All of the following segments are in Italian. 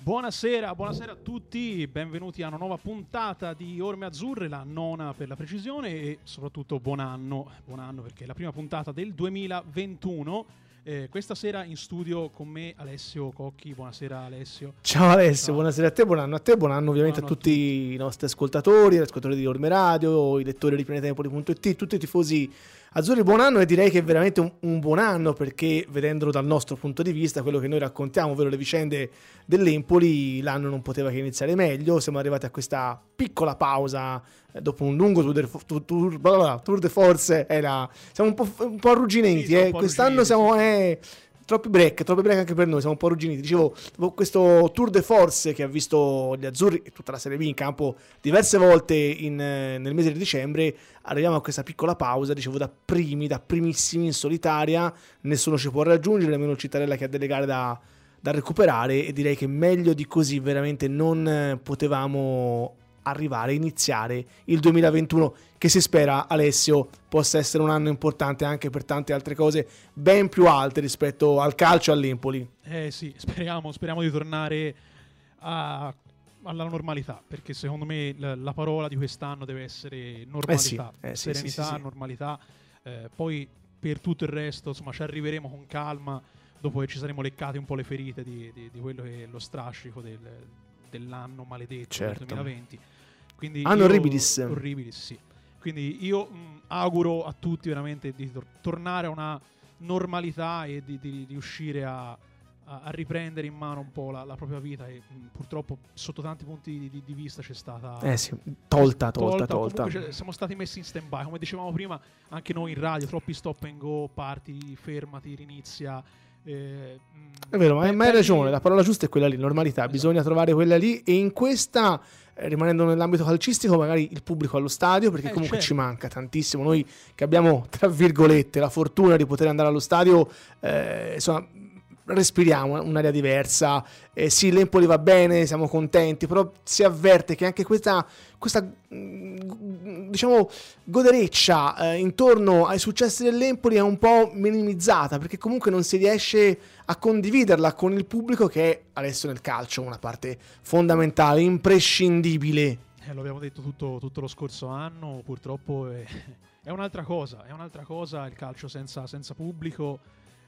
Buonasera a tutti, benvenuti a una nuova puntata di Orme Azzurre, la nona per la precisione, e soprattutto buon anno perché è la prima puntata del 2021. Questa sera in studio con me Alessio Cocchi. Buonasera Alessio. Ciao Alessio, ciao. Buonasera a te, buon anno ovviamente a tutti i nostri ascoltatori, gli ascoltatori di Orme Radio, i lettori di Planetempoli.it, tutti i tifosi azzurri, buon anno. E direi che è veramente un buon anno, perché vedendolo dal nostro punto di vista, quello che noi raccontiamo, ovvero le vicende dell'Empoli, l'anno non poteva che iniziare meglio. Siamo arrivati a questa piccola pausa dopo un lungo tour de force. Siamo un po' arrugginiti, sì, quest'anno siamo troppi break anche per noi, siamo un po' arrugginiti. Dicevo, questo tour de force che ha visto gli azzurri e tutta la Serie B in campo diverse volte nel mese di dicembre, arriviamo a questa piccola pausa, dicevo, da primissimi in solitaria. Nessuno ci può raggiungere, nemmeno il Cittadella, che ha delle gare da recuperare, e direi che meglio di così veramente non potevamo iniziare il 2021, che si spera, Alessio, possa essere un anno importante anche per tante altre cose ben più alte rispetto al calcio e all'Empoli. Sì, speriamo di tornare alla normalità, perché secondo me la parola di quest'anno deve essere normalità, serenità, sì. Normalità. Poi per tutto il resto, insomma, ci arriveremo con calma dopo che ci saremo leccati un po' le ferite di quello che è lo strascico dell'anno maledetto, certo, del 2020. Quindi orribilis, sì. Quindi io auguro a tutti veramente di tornare a una normalità e di riuscire a riprendere in mano un po' la propria vita, e purtroppo sotto tanti punti di vista c'è stata tolta. Comunque siamo stati messi in stand-by, come dicevamo prima anche noi in radio, troppi stop and go, parti, fermati, rinizia. È vero, ma hai ragione, la parola giusta è quella lì, normalità. Esatto. Bisogna trovare quella lì, e in questa, rimanendo nell'ambito calcistico, magari il pubblico allo stadio, perché comunque ci manca tantissimo. Noi che abbiamo, tra virgolette, la fortuna di poter andare allo stadio, insomma, respiriamo un'aria diversa. Sì, l'Empoli va bene, siamo contenti, però si avverte che anche questa diciamo godereccia intorno ai successi dell'Empoli è un po' minimizzata, perché comunque non si riesce a condividerla con il pubblico, che è adesso nel calcio una parte fondamentale, imprescindibile. Lo abbiamo detto tutto lo scorso anno, purtroppo è un'altra cosa il calcio senza pubblico,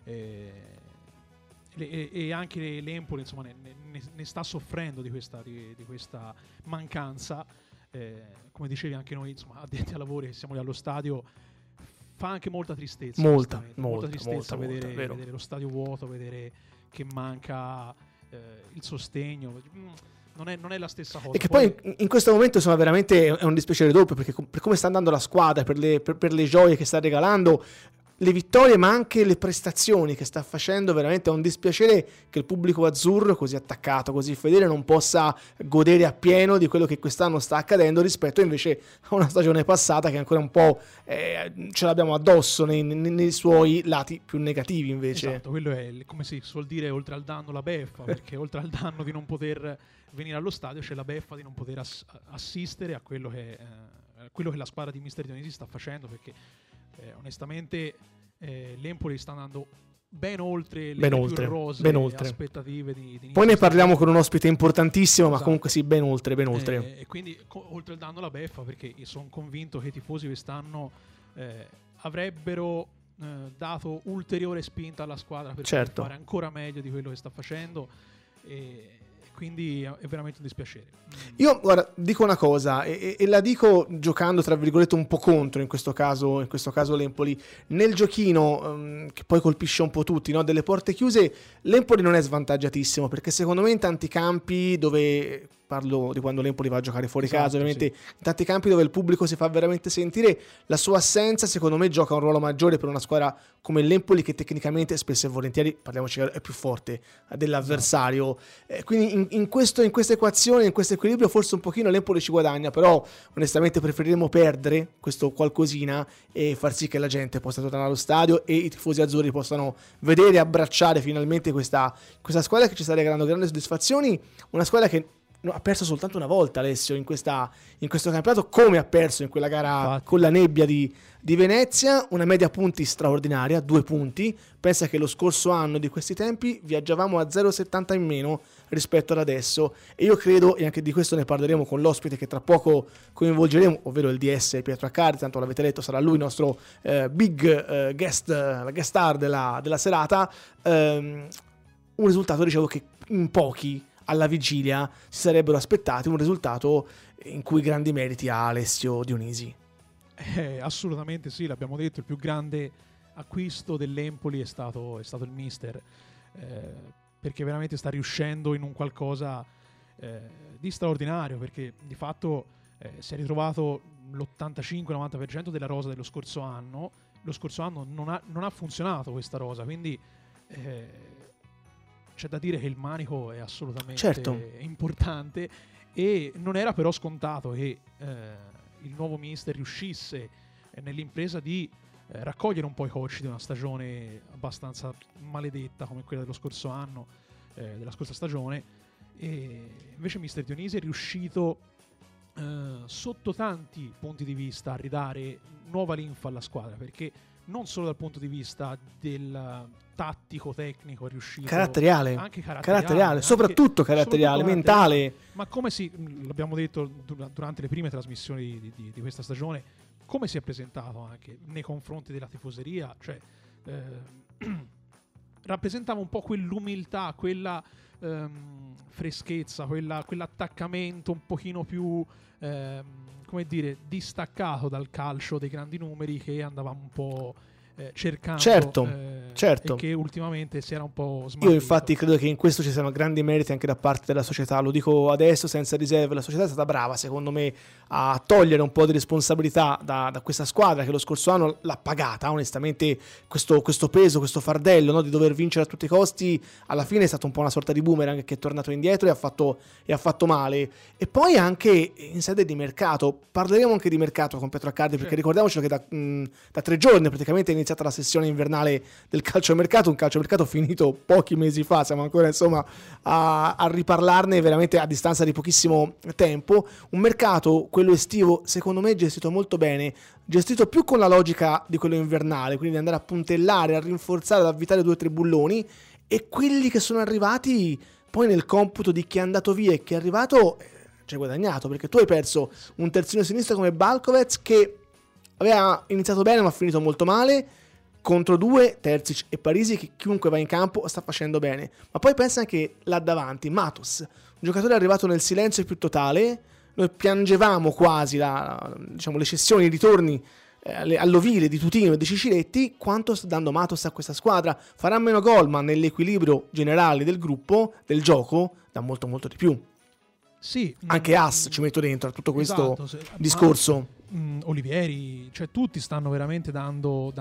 e anche l'Empoli, insomma, ne sta soffrendo di questa mancanza. Come dicevi anche noi, insomma, addetti ai lavori che siamo lì allo stadio, fa anche molta tristezza, molta tristezza vedere lo stadio vuoto, vedere che manca il sostegno. Non è la stessa cosa. E che poi in questo momento, insomma, veramente è un dispiacere doppio, perché per come sta andando la squadra, per le gioie che sta regalando, le vittorie, ma anche le prestazioni che sta facendo, veramente è un dispiacere che il pubblico azzurro, così attaccato, così fedele, non possa godere appieno di quello che quest'anno sta accadendo, rispetto invece a una stagione passata che ancora un po' ce l'abbiamo addosso nei suoi lati più negativi, invece. Esatto, quello è, come si suol dire, oltre al danno la beffa, perché oltre al danno di non poter venire allo stadio c'è la beffa di non poter assistere a quello che la squadra di Mister Dionisi sta facendo, perché onestamente l'Empoli sta andando ben oltre le più rose aspettative di poi ne parliamo con un ospite importantissimo. Esatto. Ma comunque sì, ben oltre. E quindi oltre il danno alla beffa, perché io sono convinto che i tifosi quest'anno avrebbero dato ulteriore spinta alla squadra per fare ancora meglio di quello che sta facendo, e quindi è veramente un dispiacere. Io, guarda, dico una cosa, e la dico giocando tra virgolette un po' contro in questo caso l'Empoli. Nel giochino che poi colpisce un po' tutti, no? Delle porte chiuse, l'Empoli non è svantaggiatissimo, perché secondo me in tanti campi dove, parlo di quando l'Empoli va a giocare fuori casa, ovviamente, sì, in tanti campi dove il pubblico si fa veramente sentire, la sua assenza secondo me gioca un ruolo maggiore per una squadra come l'Empoli, che tecnicamente spesso e volentieri, parliamoci, è più forte dell'avversario. Quindi in questa equazione, in questo equilibrio, forse un pochino l'Empoli ci guadagna, però onestamente preferiremo perdere questo qualcosina e far sì che la gente possa tornare allo stadio e i tifosi azzurri possano vedere e abbracciare finalmente questa squadra che ci sta regalando grandi soddisfazioni, una squadra che ha perso soltanto una volta Alessio in questo campionato, come ha perso in quella gara con la nebbia di Venezia. Una media punti straordinaria, 2 punti. Pensa che lo scorso anno di questi tempi viaggiavamo a 0,70 in meno rispetto ad adesso, e io credo, e anche di questo ne parleremo con l'ospite che tra poco coinvolgeremo, ovvero il DS Pietro Accardi, tanto l'avete letto, sarà lui il nostro big guest star della serata. Un risultato, dicevo, che in pochi alla vigilia si sarebbero aspettati, un risultato in cui grandi meriti ha Alessio Dionisi. Assolutamente sì, l'abbiamo detto, il più grande acquisto dell'Empoli è stato il mister, perché veramente sta riuscendo in un qualcosa di straordinario, perché di fatto si è ritrovato l'85-90% della rosa dello scorso anno. Lo scorso anno non ha funzionato questa rosa, quindi c'è da dire che il manico è assolutamente importante, e non era però scontato che il nuovo mister riuscisse nell'impresa di raccogliere un po' i cocci di una stagione abbastanza maledetta come quella dello scorso anno, della scorsa stagione, e invece mister Dionisi è riuscito sotto tanti punti di vista a ridare nuova linfa alla squadra, perché non solo dal punto di vista del tattico tecnico è riuscito, caratteriale, anche caratteriale, soprattutto caratteriale, mentale, ma come l'abbiamo detto durante le prime trasmissioni di questa stagione, come si è presentato anche nei confronti della tifoseria, cioè rappresentava un po' quell'umiltà, quella freschezza, quell'attaccamento un pochino più come dire, distaccato dal calcio dei grandi numeri che andavamo un po' cercando, certo. E che ultimamente si era un po' smarrito. Io infatti credo che in questo ci siano grandi meriti anche da parte della società, lo dico adesso senza riserve. La società è stata brava, secondo me, a togliere un po' di responsabilità da questa squadra che lo scorso anno l'ha pagata onestamente questo peso, questo fardello, no, di dover vincere a tutti i costi. Alla fine è stato un po' una sorta di boomerang che è tornato indietro e ha fatto male. E poi anche in sede di mercato, parleremo anche di mercato con Pietro Accardi, perché ricordiamocelo che da 3 giorni praticamente è iniziata la sessione invernale del calciomercato, un calciomercato finito pochi mesi fa, siamo ancora insomma a riparlarne veramente a distanza di pochissimo tempo. Un mercato, quello estivo, secondo me gestito molto bene, gestito più con la logica di quello invernale, quindi andare a puntellare, a rinforzare, ad avvitare 2 o 3 bulloni, e quelli che sono arrivati poi nel computo di chi è andato via e chi è arrivato ci hai guadagnato, perché tu hai perso un terzino sinistro come Balkovec che aveva iniziato bene ma ha finito molto male, contro 2 Terzic e Parisi che chiunque va in campo sta facendo bene. Ma poi pensa anche là davanti Matos, un giocatore arrivato nel silenzio più totale. Noi piangevamo quasi le cessioni, i ritorni all'ovile di Tutino e di Ciciletti. Quanto sta dando Matos a questa squadra? Farà meno gol, ma nell'equilibrio generale del gruppo, del gioco, dà molto molto di più. Sì, anche As ci metto dentro a tutto questo discorso. Olivieri, cioè tutti stanno veramente dando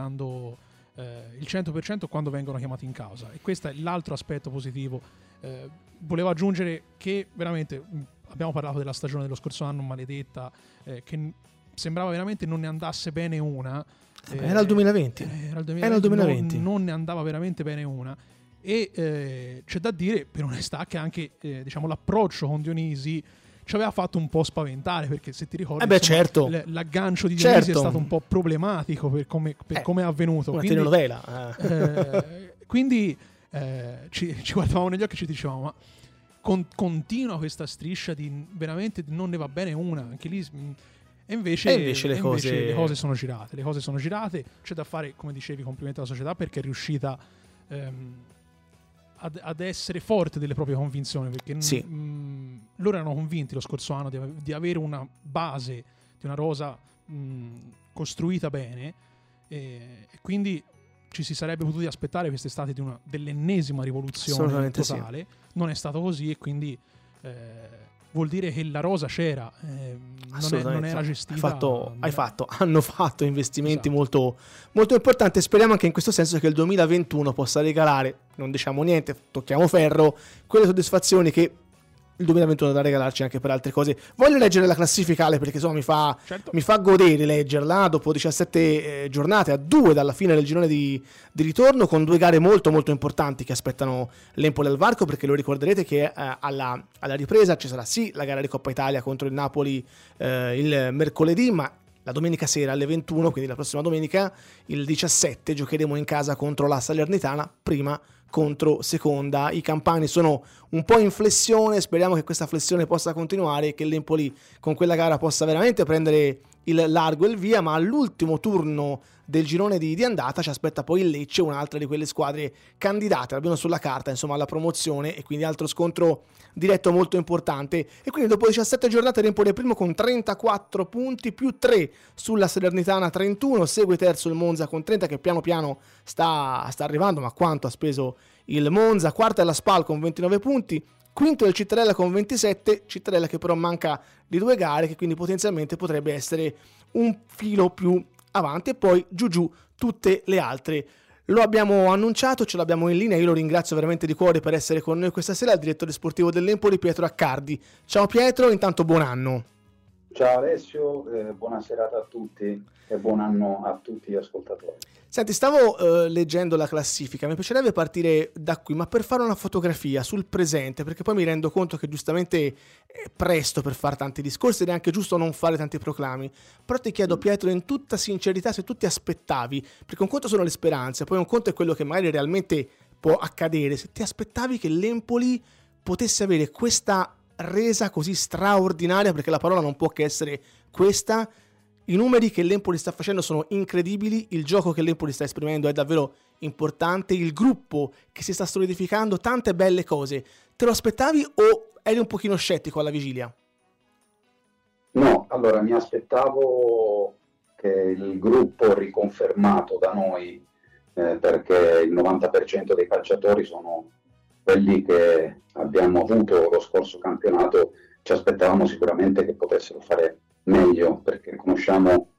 il 100% quando vengono chiamati in causa, e questo è l'altro aspetto positivo. Volevo aggiungere che veramente abbiamo parlato della stagione dello scorso anno maledetta, che sembrava veramente non ne andasse bene una. Era il 2020. Era il 2020. Non ne andava veramente bene una. E c'è da dire per onestà che anche l'approccio con Dionisi ci aveva fatto un po' spaventare, perché se ti ricordi certo. L'aggancio di Dionisi è stato un po' problematico per come è avvenuto. Una telenovela. Quindi ci guardavamo negli occhi e ci dicevamo: ma continua questa striscia di veramente non ne va bene una, anche lì. E invece le cose sono girate. C'è da fare, come dicevi, complimenti alla società, perché è riuscita ad essere forte delle proprie convinzioni, perché loro erano convinti lo scorso anno di avere una base, di una rosa costruita bene, e quindi ci si sarebbe potuti aspettare quest'estate dell'ennesima rivoluzione totale. Sì. Non è stato così, e quindi vuol dire che la rosa c'era, non era gestita. Hanno fatto investimenti molto, molto importanti. Speriamo anche in questo senso che il 2021 possa regalare, non diciamo niente, tocchiamo ferro, quelle soddisfazioni che il 2021 da regalarci anche per altre cose. Voglio leggere la classifica, Ale, perché insomma mi fa godere leggerla dopo 17 giornate, a 2 dalla fine del girone di ritorno, con 2 gare molto molto importanti che aspettano l'Empoli al varco, perché lo ricorderete che alla ripresa ci sarà sì la gara di Coppa Italia contro il Napoli il mercoledì, ma la domenica sera alle 21, quindi la prossima domenica, il 17, giocheremo in casa contro la Salernitana, prima contro seconda. I campani sono un po' in flessione, speriamo che questa flessione possa continuare e che l'Empoli con quella gara possa veramente prendere il largo e il via, ma all'ultimo turno del girone di andata ci aspetta poi il Lecce, un'altra di quelle squadre candidate almeno sulla carta, insomma, alla promozione, e quindi altro scontro diretto molto importante. E quindi dopo 17 giornate l'Empoli è primo con 34 punti più 3 sulla Salernitana 31, segue terzo il Monza con 30 che piano piano sta arrivando, ma quanto ha speso il Monza. Quarta è la Spal con 29 punti, quinto è il Cittadella con 27, Cittadella che però manca di 2 gare, che quindi potenzialmente potrebbe essere un filo più avanti, e poi giù tutte le altre. Lo abbiamo annunciato, ce l'abbiamo in linea. Io lo ringrazio veramente di cuore per essere con noi questa sera, il direttore sportivo dell'Empoli, Pietro Accardi. Ciao Pietro, intanto buon anno. Ciao Alessio, buona serata a tutti e buon anno a tutti gli ascoltatori. Senti, stavo leggendo la classifica, mi piacerebbe partire da qui, ma per fare una fotografia sul presente, perché poi mi rendo conto che giustamente è presto per fare tanti discorsi ed è anche giusto non fare tanti proclami, però ti chiedo Pietro in tutta sincerità se tu ti aspettavi, perché un conto sono le speranze, poi un conto è quello che magari realmente può accadere, se ti aspettavi che l'Empoli potesse avere questa resa così straordinaria, perché la parola non può che essere questa. I numeri che l'Empoli sta facendo sono incredibili, il gioco che l'Empoli sta esprimendo è davvero importante, il gruppo che si sta solidificando, tante belle cose. Te lo aspettavi o eri un pochino scettico alla vigilia? No, allora mi aspettavo che il gruppo riconfermato da noi, perché il 90% dei calciatori sono quelli che abbiamo avuto lo scorso campionato, ci aspettavamo sicuramente che potessero fare meglio, perché conoscevamo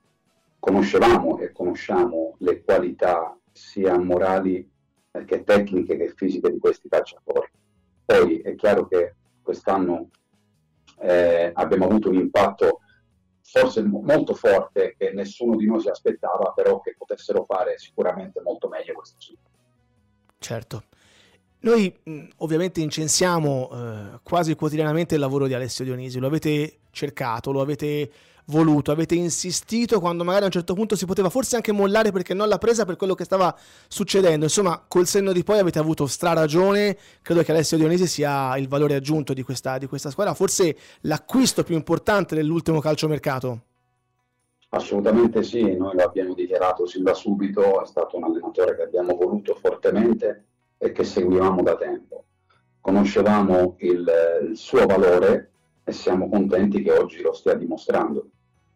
e conosciamo le qualità sia morali che tecniche che fisiche di questi calciatori. Poi è chiaro che quest'anno abbiamo avuto un impatto forse molto forte che nessuno di noi si aspettava, però che potessero fare sicuramente molto meglio questa sera. Certo. Noi ovviamente incensiamo quasi quotidianamente il lavoro di Alessio Dionisi, lo avete cercato, lo avete voluto, avete insistito quando magari a un certo punto si poteva forse anche mollare perché non l'ha presa per quello che stava succedendo, insomma col senno di poi avete avuto straragione. Credo che Alessio Dionisi sia il valore aggiunto di questa squadra, forse l'acquisto più importante dell'ultimo calciomercato. Assolutamente sì, noi lo abbiamo dichiarato sin da subito, è stato un allenatore che abbiamo voluto fortemente e che seguivamo da tempo. Conoscevamo il suo valore e siamo contenti che oggi lo stia dimostrando.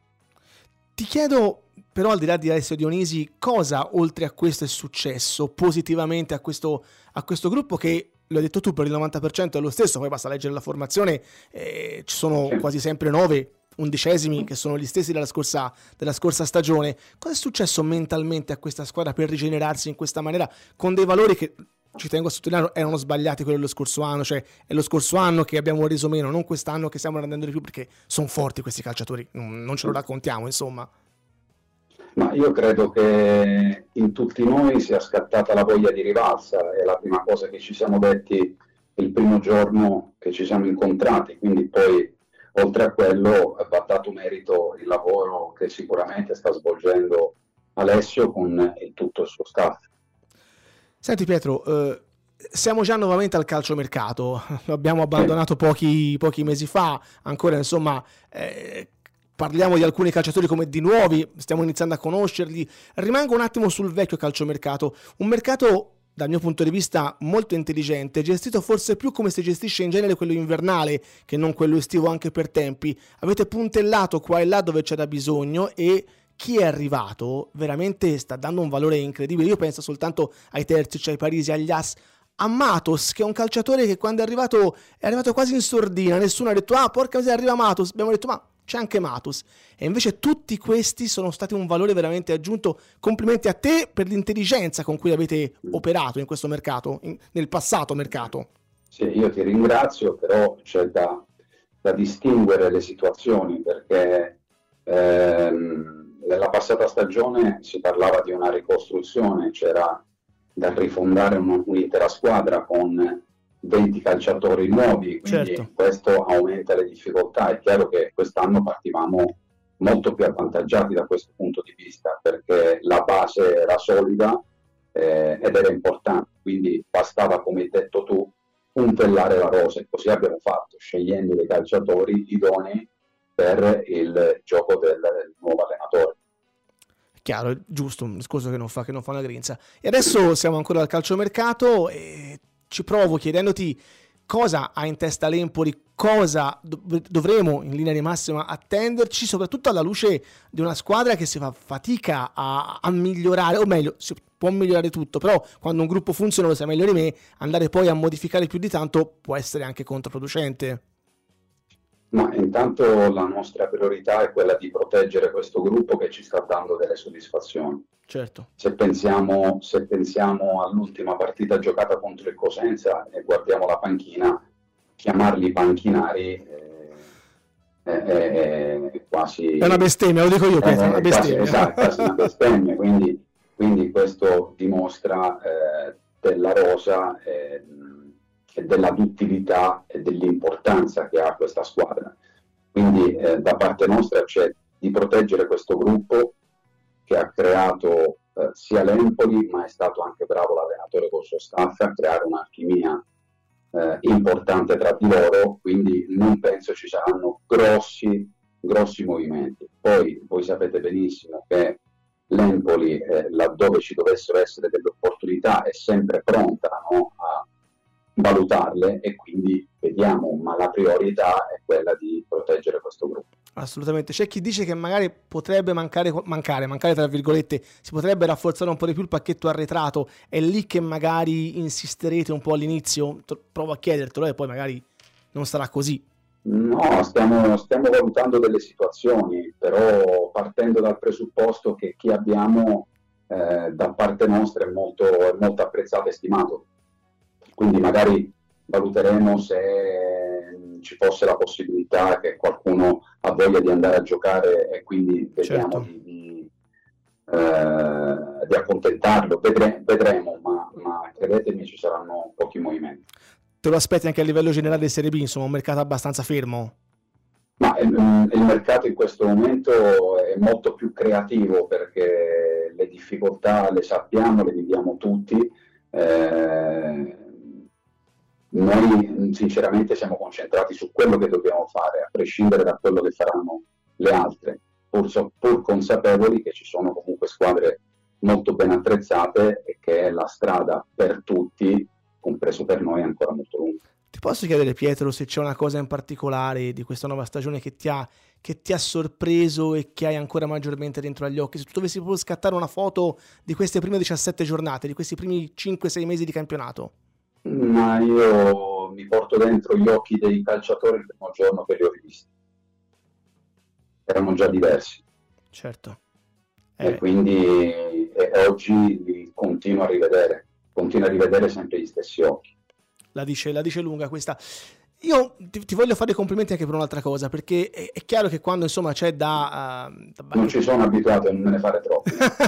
Ti chiedo però, al di là di Alessio Dionisi, cosa oltre a questo è successo positivamente a questo gruppo che, lo hai detto tu, per il 90% è lo stesso, poi basta leggere la formazione, ci sono quasi sempre 9 undicesimi che sono gli stessi della scorsa stagione. Cosa è successo mentalmente a questa squadra per rigenerarsi in questa maniera, con dei valori che, ci tengo a sottolineare, erano sbagliati quello dello scorso anno, cioè è lo scorso anno che abbiamo reso meno, non quest'anno che stiamo rendendo di più, perché sono forti questi calciatori, non ce lo raccontiamo, insomma. Ma io credo che in tutti noi sia scattata la voglia di rivalsa, è la prima cosa che ci siamo detti il primo giorno che ci siamo incontrati, quindi poi oltre a quello va dato merito il lavoro che sicuramente sta svolgendo Alessio con tutto il suo staff. Senti Pietro, siamo già nuovamente al calciomercato, lo abbiamo abbandonato pochi mesi fa, ancora insomma parliamo di alcuni calciatori come di nuovi, stiamo iniziando a conoscerli. Rimango un attimo sul vecchio calciomercato, un mercato dal mio punto di vista molto intelligente, gestito forse più come si gestisce in genere quello invernale che non quello estivo, anche per tempi. Avete puntellato qua e là dove c'era bisogno e chi è arrivato veramente sta dando un valore incredibile. Io penso soltanto ai Terzic, ai Parisi, agli As, a Matos, che è un calciatore che quando è arrivato quasi in sordina, nessuno ha detto porca miseria arriva Matos, abbiamo detto ma c'è anche Matos, e invece tutti questi sono stati un valore veramente aggiunto. Complimenti a te per l'intelligenza con cui avete operato in questo mercato, nel passato mercato. Sì, io ti ringrazio, però c'è da distinguere le situazioni, perché nella passata stagione si parlava di una ricostruzione, c'era da rifondare un'intera squadra con 20 calciatori nuovi, quindi certo. questo aumenta le difficoltà. È chiaro che quest'anno partivamo molto più avvantaggiati da questo punto di vista, perché la base era solida ed era importante, quindi bastava, come hai detto tu, puntellare la rosa, e così abbiamo fatto, scegliendo dei calciatori idonei per il gioco del nuovo allenatore. Chiaro, giusto, un discorso che non fa una grinza. E adesso siamo ancora al calciomercato e ci provo chiedendoti cosa ha in testa l'Empoli, cosa dovremo in linea di massima attenderci, soprattutto alla luce di una squadra che si fa fatica a migliorare, o meglio, si può migliorare tutto, però quando un gruppo funziona, lo sai meglio di me, andare poi a modificare più di tanto può essere anche controproducente. Ma intanto la nostra priorità è quella di proteggere questo gruppo che ci sta dando delle soddisfazioni. Certo. Se pensiamo all'ultima partita giocata contro il Cosenza e guardiamo la panchina, chiamarli panchinari è quasi... È una bestemmia, lo dico io, Pietro, è una bestemmia. Esatto, quasi una bestemmia, quindi questo dimostra della rosa e della duttilità e dell'importanza che ha questa squadra. Quindi da parte nostra c'è di proteggere questo gruppo che ha creato sia l'Empoli, ma è stato anche bravo l'allenatore col suo staff a creare un'alchimia importante tra di loro, quindi non penso ci saranno grossi movimenti. Poi voi sapete benissimo che l'Empoli, laddove ci dovessero essere delle opportunità, è sempre pronta, no, a valutarle, e quindi vediamo, ma la priorità è quella di proteggere questo gruppo. Assolutamente. C'è chi dice che magari potrebbe mancare tra virgolette, si potrebbe rafforzare un po' di più il pacchetto arretrato. È lì che magari insisterete un po' all'inizio? Provo a chiedertelo e poi magari non sarà così. No, stiamo valutando delle situazioni, però partendo dal presupposto che chi abbiamo da parte nostra è molto apprezzato e stimato. Quindi magari valuteremo se ci fosse la possibilità che qualcuno ha voglia di andare a giocare, e quindi vediamo certo. di accontentarlo. Vedremo, ma credetemi, ci saranno pochi movimenti. Te lo aspetti anche a livello generale di Serie B, insomma, un mercato abbastanza fermo? Ma il mercato in questo momento è molto più creativo, perché le difficoltà le sappiamo, le viviamo tutti. Noi sinceramente siamo concentrati su quello che dobbiamo fare, a prescindere da quello che faranno le altre, pur consapevoli che ci sono comunque squadre molto ben attrezzate e che la strada per tutti, compreso per noi, è ancora molto lunga. Ti posso chiedere, Pietro, se c'è una cosa in particolare di questa nuova stagione che ti ha sorpreso e che hai ancora maggiormente dentro agli occhi? Se tu dovessi proprio scattare una foto di queste prime 17 giornate, di questi primi 5-6 mesi di campionato. Ma io mi porto dentro gli occhi dei calciatori il primo giorno che li ho rivisti. Erano già diversi. Certo. E quindi oggi li continuo a rivedere sempre gli stessi occhi. La dice lunga questa. Io ti voglio fare i complimenti anche per un'altra cosa, perché è chiaro che quando insomma c'è non ci sono abituato a non me ne fare troppi.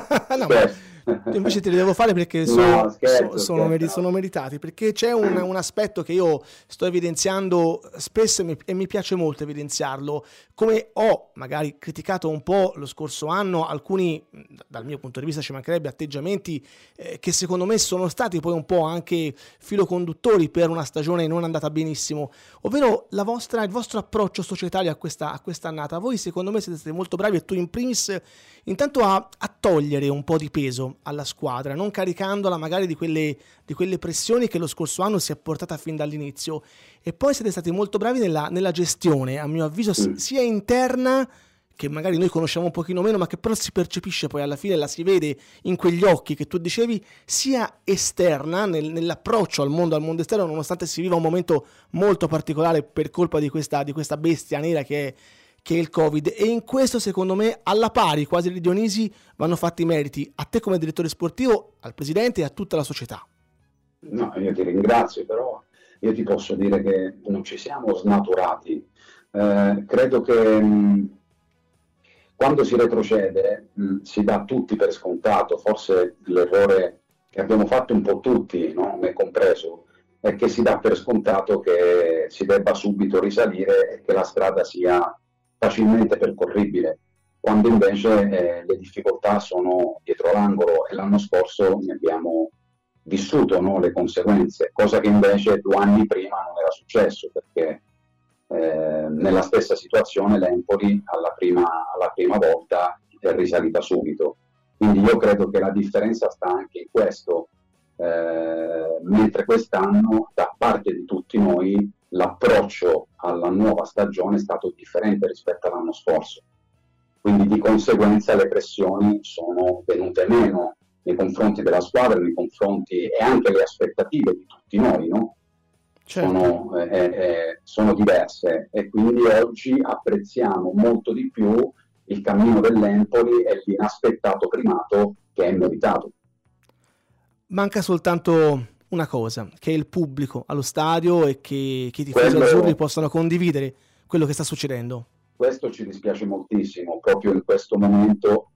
No, invece te li devo fare perché sono meritati, perché c'è un aspetto che io sto evidenziando spesso e mi piace molto evidenziarlo, come ho magari criticato un po' lo scorso anno alcuni, dal mio punto di vista ci mancherebbe, atteggiamenti che secondo me sono stati poi un po' anche filoconduttori per una stagione non andata benissimo, ovvero il vostro approccio societario a questa annata. Voi secondo me siete stati molto bravi, e tu in primis, intanto a togliere un po' di peso alla squadra, non caricandola magari di quelle pressioni che lo scorso anno si è portata fin dall'inizio, e poi siete stati molto bravi nella gestione, a mio avviso, sia interna, che magari noi conosciamo un pochino meno, ma che però si percepisce poi alla fine, la si vede in quegli occhi che tu dicevi, sia esterna nell'approccio al mondo esterno, nonostante si viva un momento molto particolare per colpa di questa bestia nera che è il Covid. E in questo, secondo me, alla pari quasi di Dionisi, vanno fatti i meriti a te come direttore sportivo, al presidente e a tutta la società. No, io ti ringrazio, però io ti posso dire che non ci siamo snaturati. Credo che quando si retrocede si dà tutti per scontato, forse l'errore che abbiamo fatto un po' tutti, no? Me compreso, è che si dà per scontato che si debba subito risalire e che la strada sia facilmente percorribile, quando invece le difficoltà sono dietro l'angolo, e l'anno scorso ne abbiamo vissuto, no, le conseguenze, cosa che invece 2 anni prima non era successo, perché nella stessa situazione l'Empoli alla prima volta è risalita subito. Quindi io credo che la differenza sta anche in questo, mentre quest'anno da parte di tutti noi l'approccio alla nuova stagione è stato differente rispetto all'anno scorso, quindi di conseguenza le pressioni sono venute meno nei confronti della squadra, nei confronti, e anche le aspettative di tutti noi, no? Certo. Sono diverse, e quindi oggi apprezziamo molto di più il cammino dell'Empoli e l'inaspettato primato che è meritato. Manca soltanto una cosa, che è il pubblico allo stadio e che i tifosi azzurri possano condividere quello che sta succedendo. Questo ci dispiace moltissimo, proprio in questo momento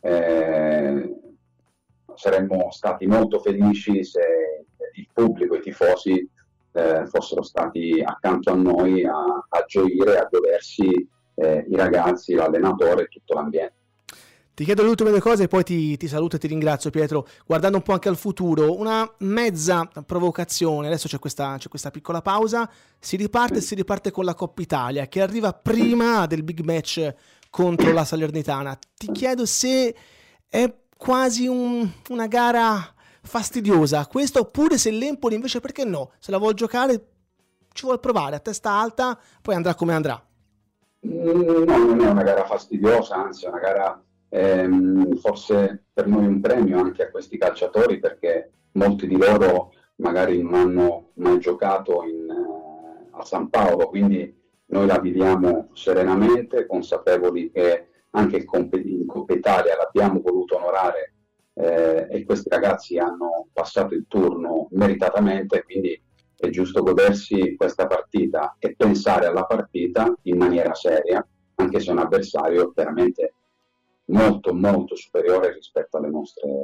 saremmo stati molto felici se il pubblico, i tifosi fossero stati accanto a noi a gioire, a godersi i ragazzi, l'allenatore e tutto l'ambiente. Ti chiedo le ultime 2 cose e poi ti saluto e ti ringrazio, Pietro. Guardando un po' anche al futuro, una mezza provocazione, adesso c'è questa piccola pausa, si riparte con la Coppa Italia che arriva prima del big match contro la Salernitana. Ti chiedo se è quasi una gara fastidiosa questo, oppure se l'Empoli invece, perché no, se la vuol giocare ci vuol provare a testa alta, poi andrà come andrà. No, non è una gara fastidiosa, anzi è una gara forse per noi un premio anche a questi calciatori, perché molti di loro magari non hanno mai giocato a San Paolo, quindi noi la viviamo serenamente, consapevoli che anche in Coppa Italia l'abbiamo voluto onorare, e questi ragazzi hanno passato il turno meritatamente, quindi è giusto godersi questa partita e pensare alla partita in maniera seria, anche se è un avversario veramente molto molto superiore rispetto alle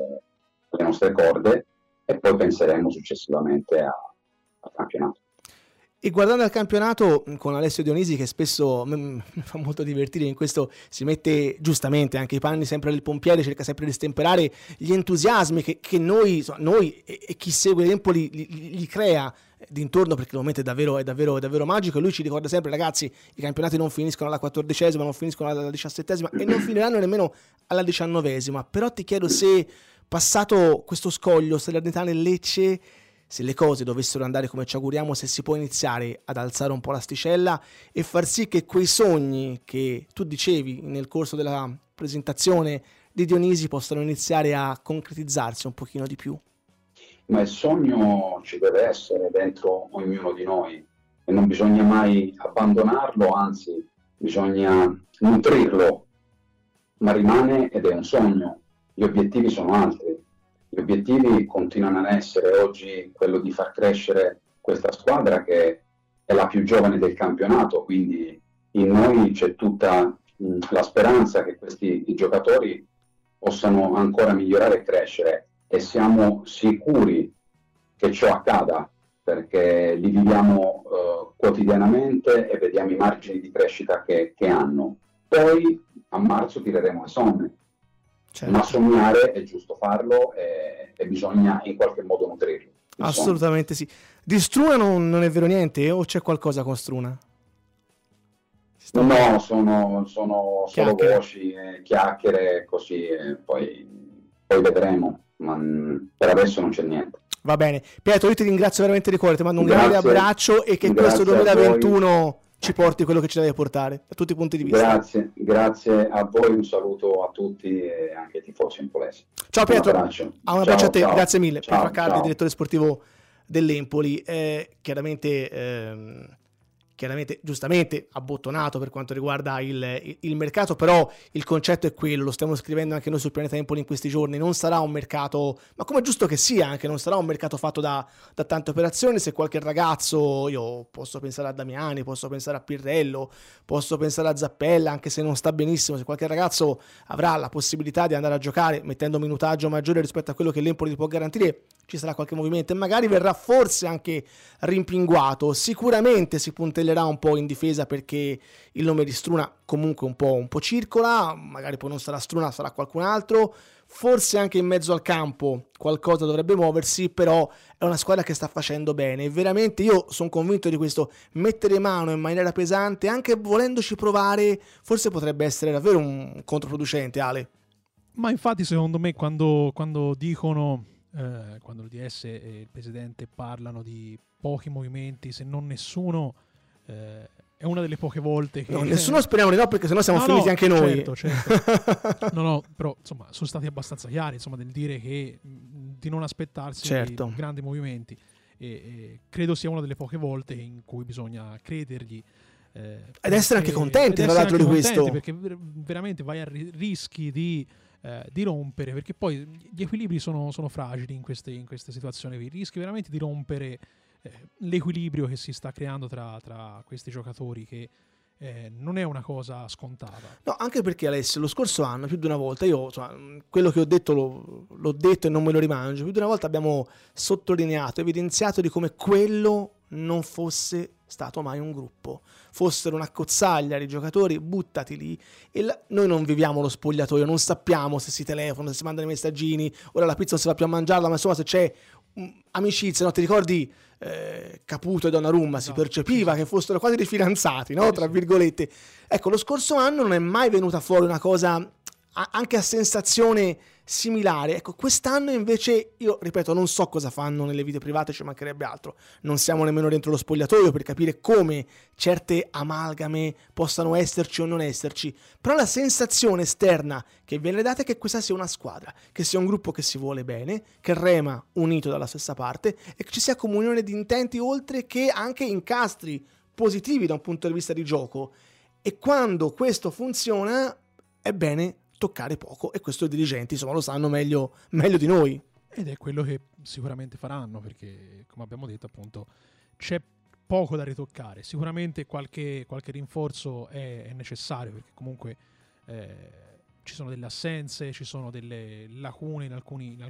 nostre corde, e poi penseremo successivamente al campionato. E guardando al campionato con Alessio Dionisi, che spesso mi fa molto divertire, in questo si mette giustamente anche i panni sempre del pompiere, cerca sempre di stemperare gli entusiasmi che noi e chi segue l'Empoli gli crea d'intorno, perché il momento è davvero magico, e lui ci ricorda sempre: ragazzi, i campionati non finiscono alla 14ª, non finiscono alla 17ª e non finiranno nemmeno alla 19ª. Però ti chiedo se, passato questo scoglio Salernitana e Lecce, se le cose dovessero andare come ci auguriamo, se si può iniziare ad alzare un po' l'asticella e far sì che quei sogni che tu dicevi nel corso della presentazione di Dionisi possano iniziare a concretizzarsi un pochino di più. Ma il sogno ci deve essere dentro ognuno di noi e non bisogna mai abbandonarlo, anzi bisogna nutrirlo, ma rimane ed è un sogno. Gli obiettivi sono altri. Gli obiettivi continuano ad essere oggi quello di far crescere questa squadra, che è la più giovane del campionato, quindi in noi c'è tutta la speranza che questi giocatori possano ancora migliorare e crescere, e siamo sicuri che ciò accada, perché li viviamo quotidianamente e vediamo i margini di crescita che hanno. Poi a marzo tireremo le somme. Certo. Ma sognare è giusto farlo e bisogna in qualche modo nutrirlo. Assolutamente sì. Di Struna non è vero niente, o c'è qualcosa con Struna? No, sono solo voci, chiacchiere, così, poi vedremo, ma per adesso non c'è niente. Va bene. Pietro, io ti ringrazio veramente di cuore, ti mando un grande abbraccio e che questo 2021 ci porti quello che ci deve portare, da tutti i punti di vista. Grazie a voi, un saluto a tutti e anche ai tifosi empolesi. Ciao Pietro, un abbraccio a te, ciao. Grazie mille. Ciao, Pietro Accardi, direttore sportivo dell'Empoli. Chiaramente chiaramente, giustamente, abbottonato per quanto riguarda il mercato, però il concetto è quello, lo stiamo scrivendo anche noi sul Pianeta Empoli in questi giorni, non sarà un mercato, ma come è giusto che sia anche, non sarà un mercato fatto da tante operazioni. Se qualche ragazzo, io posso pensare a Damiani, posso pensare a Pirrello, posso pensare a Zappella, anche se non sta benissimo, se qualche ragazzo avrà la possibilità di andare a giocare mettendo minutaggio maggiore rispetto a quello che l'Empoli può garantire, ci sarà qualche movimento e magari verrà forse anche rimpinguato. Sicuramente si puntellerà un po' in difesa perché il nome di Struna comunque un po' circola, magari poi non sarà Struna, sarà qualcun altro, forse anche in mezzo al campo qualcosa dovrebbe muoversi, però è una squadra che sta facendo bene e veramente io sono convinto di questo, mettere mano in maniera pesante, anche volendoci provare, forse potrebbe essere davvero un controproducente, Ale. Ma infatti secondo me quando dicono quando l'UDS e il presidente parlano di pochi movimenti, se non nessuno, è una delle poche volte che... No, nessuno speriamo di no, perché sennò siamo finiti anche noi. Certo. No, però insomma sono stati abbastanza chiari, insomma, nel dire che di non aspettarsi grandi movimenti e credo sia una delle poche volte in cui bisogna credergli. Ed essere anche contenti, tra l'altro, di questo. Perché veramente vai a rischi di rompere, perché poi gli equilibri sono fragili in queste situazioni, rischi veramente di rompere l'equilibrio che si sta creando tra questi giocatori, che non è una cosa scontata. No, anche perché Alessio, lo scorso anno più di una volta, io insomma, quello che ho detto l'ho detto e non me lo rimangio, più di una volta abbiamo sottolineato, evidenziato di come quello non fosse stato mai un gruppo, fossero una cozzaglia di giocatori buttati lì e noi non viviamo lo spogliatoio, non sappiamo se si telefonano, se si mandano i messaggini, ora la pizza non si va più a mangiarla, ma insomma se c'è amicizia, no? Ti ricordi Caputo e Donnarumma, si percepiva che fossero quasi dei fidanzati, no? Tra virgolette. Ecco, lo scorso anno non è mai venuta fuori una cosa anche a sensazione similare. Ecco, quest'anno invece, io ripeto, non so cosa fanno nelle vite private, ci mancherebbe altro, non siamo nemmeno dentro lo spogliatoio per capire come certe amalgame possano esserci o non esserci, però la sensazione esterna che viene data è che questa sia una squadra, che sia un gruppo che si vuole bene, che rema unito dalla stessa parte e che ci sia comunione di intenti, oltre che anche incastri positivi da un punto di vista di gioco. E quando questo funziona è bene toccare poco, e questo i dirigenti insomma lo sanno meglio di noi. Ed è quello che sicuramente faranno, perché come abbiamo detto appunto c'è poco da ritoccare. Sicuramente qualche rinforzo è necessario, perché comunque ci sono delle assenze, ci sono delle lacune in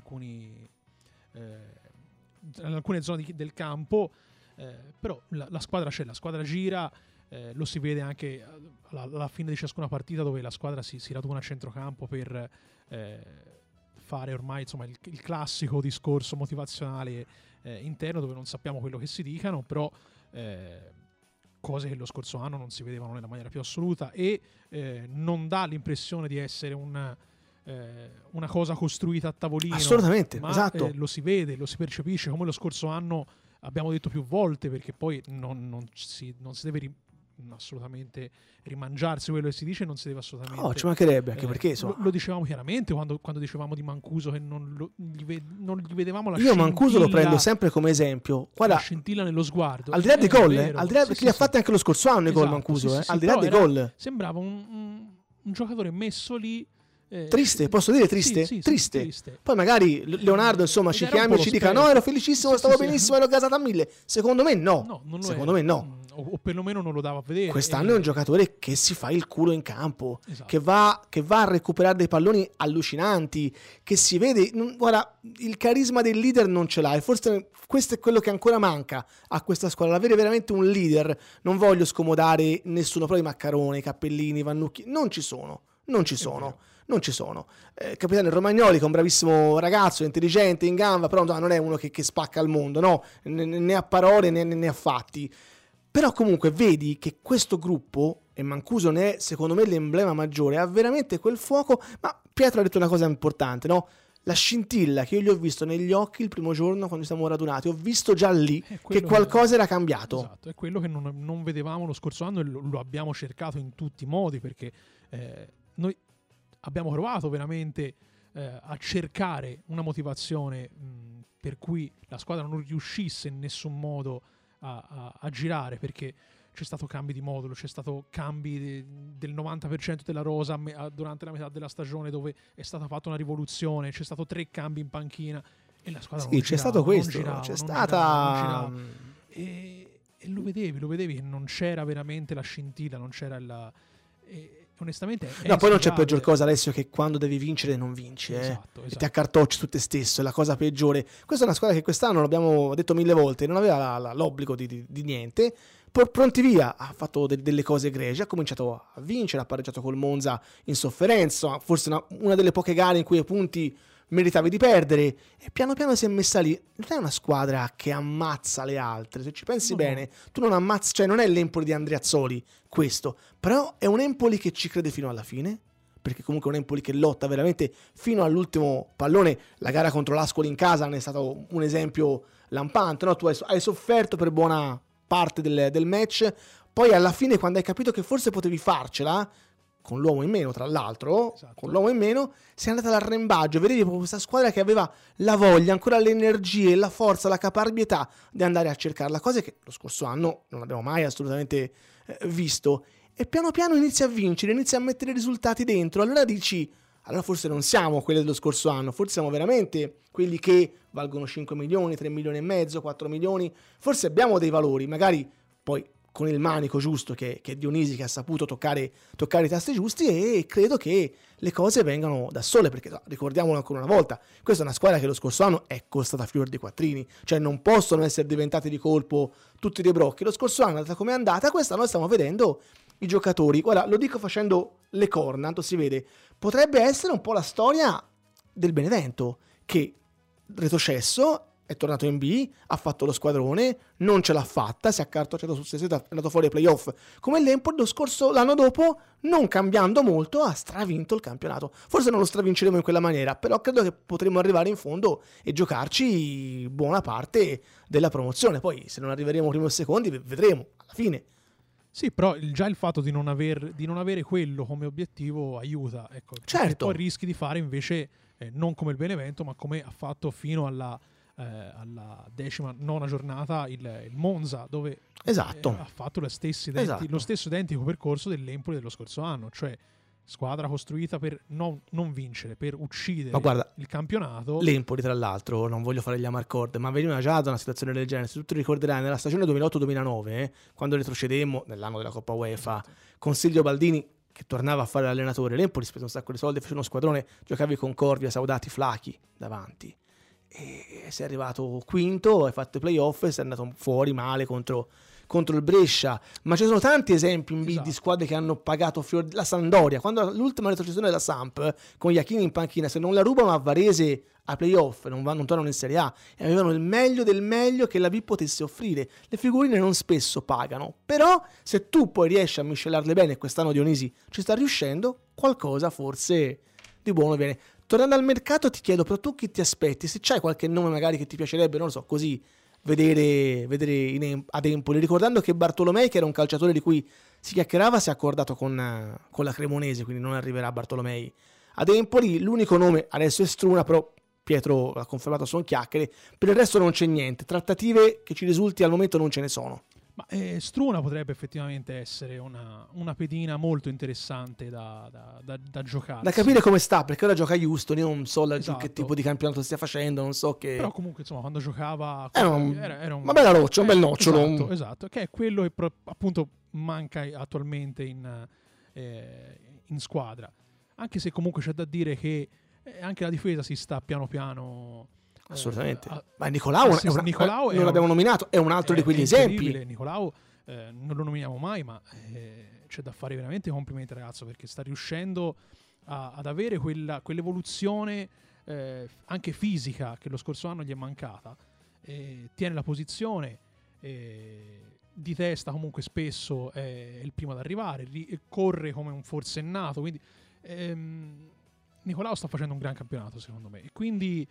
alcune zone del campo, però la squadra c'è, la squadra gira. Lo si vede anche alla fine di ciascuna partita, dove la squadra si raduna a centrocampo per fare ormai insomma il classico discorso motivazionale interno, dove non sappiamo quello che si dicano, però cose che lo scorso anno non si vedevano nella maniera più assoluta, e non dà l'impressione di essere una cosa costruita a tavolino. Assolutamente, ma esatto. Lo si vede, lo si percepisce, come lo scorso anno abbiamo detto più volte, perché poi non si deve assolutamente rimangiarsi quello che si dice, non si deve assolutamente... No, ci mancherebbe, anche perché lo dicevamo chiaramente quando dicevamo di Mancuso, che non gli vedevamo la Io Mancuso lo prendo sempre come esempio. Guarda, la scintilla nello sguardo. Al di là dei gol, al di là perché li ha fatti anche lo scorso anno i gol Mancuso, al di là dei gol. Sembrava un giocatore messo lì. Triste, posso dire triste? Sì, triste. Poi magari Leonardo insomma ci chiami e ci dica no, ero felicissimo, stavo benissimo, ero gasato a 1000. Secondo me no. Secondo me no. O perlomeno non lo dava a vedere. Quest'anno è un giocatore che si fa il culo in campo, che va a recuperare dei palloni allucinanti, che si vede, guarda, il carisma del leader non ce l'ha, e forse questo è quello che ancora manca a questa squadra, avere veramente un leader. Non voglio scomodare nessuno, però i Maccarone, i Cappellini, i Vannucchi non ci sono. Capitano Romagnoli, che è un bravissimo ragazzo, intelligente, in gamba, però non è uno che spacca il mondo, no, né a parole né a fatti. Però comunque vedi che questo gruppo, e Mancuso ne è secondo me l'emblema maggiore, ha veramente quel fuoco. Ma Pietro ha detto una cosa importante, no? La scintilla che io gli ho visto negli occhi il primo giorno quando siamo radunati, ho visto già lì che qualcosa era cambiato. Esatto, è quello che non vedevamo lo scorso anno, e lo abbiamo cercato in tutti i modi, perché noi abbiamo provato veramente a cercare una motivazione per cui la squadra non riuscisse in nessun modo a girare, perché c'è stato cambi di modulo, c'è stato cambi del 90% della rosa durante la metà della stagione, dove è stata fatta una rivoluzione, c'è stato 3 cambi in panchina e la squadra non c'è girava, stato questo, non girava, c'è non stata girava. E lo vedevi che non c'era veramente la scintilla, non c'era onestamente no, poi non c'è peggior cosa, Alessio, che quando devi vincere non vinci, esatto. E ti accartocci su te stesso, è la cosa peggiore. Questa è una squadra che quest'anno, l'abbiamo detto 1000 volte, non aveva l'obbligo di niente, pronti via, ha fatto delle cose egregie, ha cominciato a vincere, ha pareggiato col Monza in sofferenza, forse una delle poche gare in cui ai punti meritavi di perdere, e piano piano si è messa lì. Non è una squadra che ammazza le altre, se ci pensi bene, tu non ammazzi, cioè non è l'Empoli di Andreazzoli questo, però è un Empoli che ci crede fino alla fine, perché comunque è un Empoli che lotta veramente fino all'ultimo pallone. La gara contro l'Ascoli in casa ne è stato un esempio lampante, no? Tu hai sofferto per buona parte del match, poi alla fine, quando hai capito che forse potevi farcela con l'uomo in meno, tra l'altro, esatto, con l'uomo in meno, sei andata all'arrembaggio, vedevi proprio questa squadra che aveva la voglia, ancora le energie, la forza, la caparbietà di andare a cercarla, cose che lo scorso anno non abbiamo mai assolutamente visto, e piano piano inizia a vincere, inizia a mettere i risultati dentro, allora dici, allora forse non siamo quelli dello scorso anno, forse siamo veramente quelli che valgono 5 milioni, 3 milioni e mezzo, 4 milioni, forse abbiamo dei valori, magari poi con il manico giusto che è Dionisi, che ha saputo toccare i tasti giusti, e credo che le cose vengano da sole, perché ricordiamolo ancora una volta, questa è una squadra che lo scorso anno è costata fior di quattrini, cioè non possono essere diventati di colpo tutti dei brocchi. Lo scorso anno è andata come è andata, quest'anno stiamo vedendo i giocatori, guarda, lo dico facendo le corna, tanto si vede, potrebbe essere un po' la storia del Benevento, che retrocesso, è tornato in B, ha fatto lo squadrone, non ce l'ha fatta, si è accartocciato sul stesso, è andato fuori ai playoff come l'Empoli. L'anno dopo, non cambiando molto, ha stravinto il campionato. Forse non lo stravinceremo in quella maniera, però credo che potremo arrivare in fondo e giocarci buona parte della promozione. Poi se non arriveremo primi o secondi, vedremo alla fine. Sì, però già il fatto di non avere quello come obiettivo aiuta, ecco. Certo. Poi rischi di fare invece non come il Benevento, ma come ha fatto fino alla 19ª giornata il Monza, dove esatto, ha fatto lo stesso identico percorso dell'Empoli dello scorso anno, cioè squadra costruita per non vincere, per uccidere il campionato. L'Empoli, tra l'altro, non voglio fare gli amarcord, ma veniva già da una situazione del genere. Se tu ti ricorderai, nella stagione 2008-2009, quando retrocedemmo nell'anno della Coppa UEFA, con Silvio Baldini che tornava a fare l'allenatore, l'Empoli spese un sacco di soldi, fece uno squadrone, giocavi con Corvia, Saudati, Flachi davanti, e sei arrivato quinto, hai fatto i playoff e sei andato fuori male contro il Brescia. Ma ci sono tanti esempi in B di squadre che hanno pagato la Sampdoria, quando l'ultima retrocessione della Samp con Iachini in panchina, se non la rubano a Varese ai playoff non tornano in Serie A, e avevano il meglio del meglio che la B potesse offrire. Le figurine non spesso pagano, però se tu poi riesci a miscelarle bene, e quest'anno Dionisi ci sta riuscendo, qualcosa forse di buono viene. Tornando al mercato, ti chiedo, però tu chi ti aspetti? Se c'hai qualche nome magari che ti piacerebbe, non lo so, così vedere ad Empoli, ricordando che Bartolomei, che era un calciatore di cui si chiacchierava, si è accordato con la Cremonese, quindi non arriverà Bartolomei ad Empoli. L'unico nome adesso è Struna, però Pietro l'ha confermato, sono chiacchiere, per il resto non c'è niente, trattative che ci risulti al momento non ce ne sono. Ma Struna potrebbe effettivamente essere una pedina molto interessante da giocare. Da capire come sta, perché ora gioca a Houston, io non so che tipo di campionato stia facendo, non so che... Però comunque, insomma, quando giocava... Era una bella roccia, un bel nocciolo. Esatto, che è quello che appunto manca attualmente in squadra. Anche se comunque c'è da dire che anche la difesa si sta piano piano... Assolutamente. Ma Nicolau non l'abbiamo nominato, è un altro di quegli esempi. Nicolau non lo nominiamo mai, ma c'è da fare veramente complimenti, ragazzo, perché sta riuscendo ad avere quell'evoluzione anche fisica che lo scorso anno gli è mancata. Tiene la posizione, di testa comunque spesso è il primo ad arrivare, corre come un forsennato, quindi Nicolau sta facendo un gran campionato secondo me, e quindi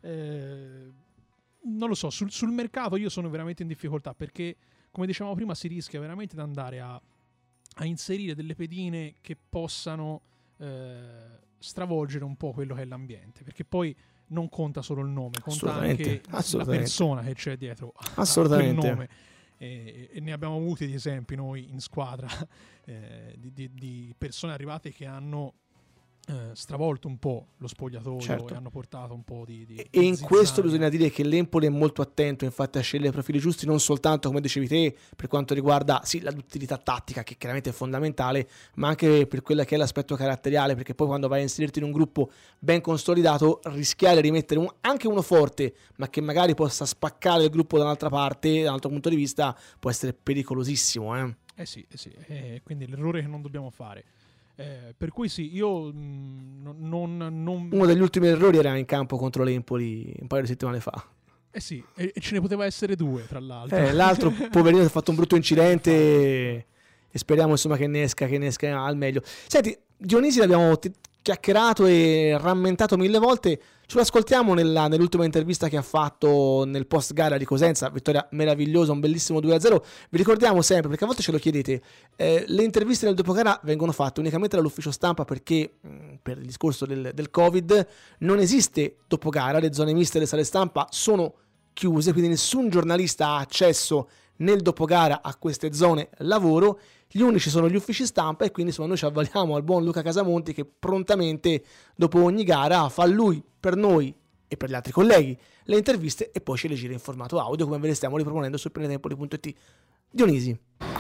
non lo so, sul mercato io sono veramente in difficoltà, perché come dicevamo prima si rischia veramente di andare a inserire delle pedine che possano stravolgere un po' quello che è l'ambiente, perché poi non conta solo il nome, conta anche la persona che c'è dietro a quel nome, e ne abbiamo avuti di esempi noi in squadra di persone arrivate che hanno stravolto un po' lo spogliatoio, certo. E hanno portato un po' di e in questo bisogna dire che l'Empoli è molto attento infatti a scegliere profili giusti, non soltanto come dicevi te per quanto riguarda la duttilità tattica, che chiaramente è fondamentale, ma anche per quella che è l'aspetto caratteriale, perché poi quando vai a inserirti in un gruppo ben consolidato rischiare di mettere anche uno forte ma che magari possa spaccare il gruppo da un'altra parte, da un altro punto di vista, può essere pericolosissimo. Sì, quindi l'errore che non dobbiamo fare. Per cui sì, io non... Uno degli ultimi errori era in campo contro l'Empoli un paio di settimane fa. Sì, e ce ne poteva essere 2 tra l'altro. L'altro poverino ha fatto un brutto incidente e speriamo insomma che ne esca al meglio. Senti, Dionisi l'abbiamo chiacchierato e rammentato 1000 volte. Ce lo ascoltiamo nell'ultima intervista che ha fatto nel post gara di Cosenza, vittoria meravigliosa, un bellissimo 2-0. Vi ricordiamo sempre, perché a volte ce lo chiedete, le interviste nel dopogara vengono fatte unicamente dall'ufficio stampa perché per il discorso del Covid non esiste dopogara, le zone miste e le sale stampa sono chiuse, quindi nessun giornalista ha accesso nel dopogara a queste zone lavoro. Gli unici sono gli uffici stampa e quindi noi ci avvaliamo al buon Luca Casamonti che prontamente dopo ogni gara fa lui per noi e per gli altri colleghi le interviste e poi ce le gira in formato audio come ve le stiamo riproponendo su prenetempoli.it. Dionisi.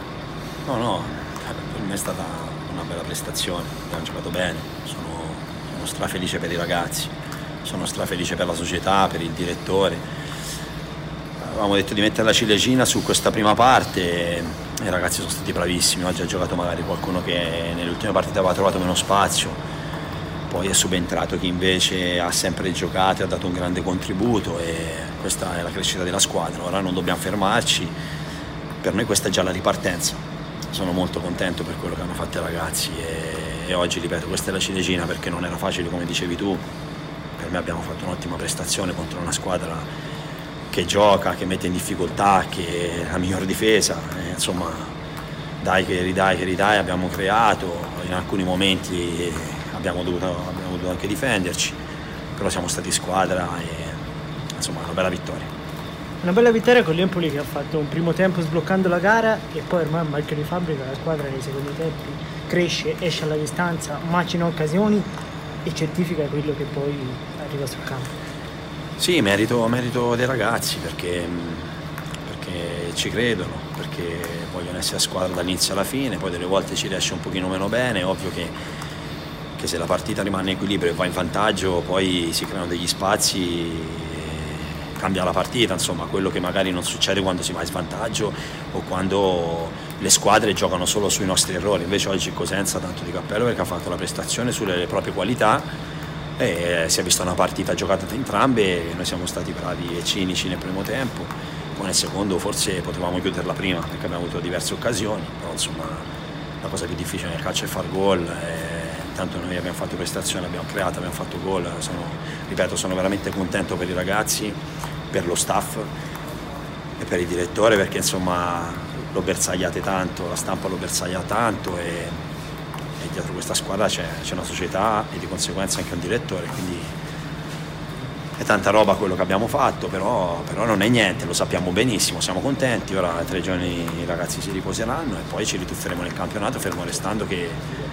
No, per me è stata una bella prestazione, abbiamo giocato bene, sono strafelice per i ragazzi, sono strafelice per la società, per il direttore. Avevamo detto di mettere la ciliegina su questa prima parte. I ragazzi sono stati bravissimi, oggi ha giocato magari qualcuno che nelle ultime partite aveva trovato meno spazio, poi è subentrato chi invece ha sempre giocato e ha dato un grande contributo e questa è la crescita della squadra. Ora non dobbiamo fermarci, per noi questa è già la ripartenza, sono molto contento per quello che hanno fatto i ragazzi e oggi ripeto questa è la ciliegina perché non era facile come dicevi tu, per me abbiamo fatto un'ottima prestazione contro una squadra che gioca, che mette in difficoltà, che è la miglior difesa, insomma dai che ridai, abbiamo creato, in alcuni momenti abbiamo dovuto anche difenderci, però siamo stati squadra e insomma una bella vittoria. Una bella vittoria con l'Empoli che ha fatto un primo tempo sbloccando la gara e poi ormai a marchio di fabbrica la squadra nei secondi tempi cresce, esce alla distanza, macina occasioni e certifica quello che poi arriva sul campo. Sì, merito dei ragazzi perché ci credono, perché vogliono essere a squadra dall'inizio alla fine, poi delle volte ci riesce un pochino meno bene, è ovvio che se la partita rimane in equilibrio e va in vantaggio poi si creano degli spazi e cambia la partita, insomma quello che magari non succede quando si va in svantaggio o quando le squadre giocano solo sui nostri errori. Invece oggi Cosenza tanto di cappello perché ha fatto la prestazione sulle proprie qualità e si è vista una partita giocata da entrambe, noi siamo stati bravi e cinici nel primo tempo, poi nel secondo forse potevamo chiuderla prima perché abbiamo avuto diverse occasioni, però insomma la cosa più difficile nel calcio è far gol, tanto noi abbiamo fatto prestazione, abbiamo creato, abbiamo fatto gol, sono veramente contento per i ragazzi, per lo staff e per il direttore perché insomma lo bersagliate tanto, la stampa lo bersaglia tanto e dietro questa squadra c'è una società e di conseguenza anche un direttore, quindi è tanta roba quello che abbiamo fatto, però non è niente, lo sappiamo benissimo, siamo contenti, ora 3 giorni i ragazzi si riposeranno e poi ci ritufferemo nel campionato, fermo restando che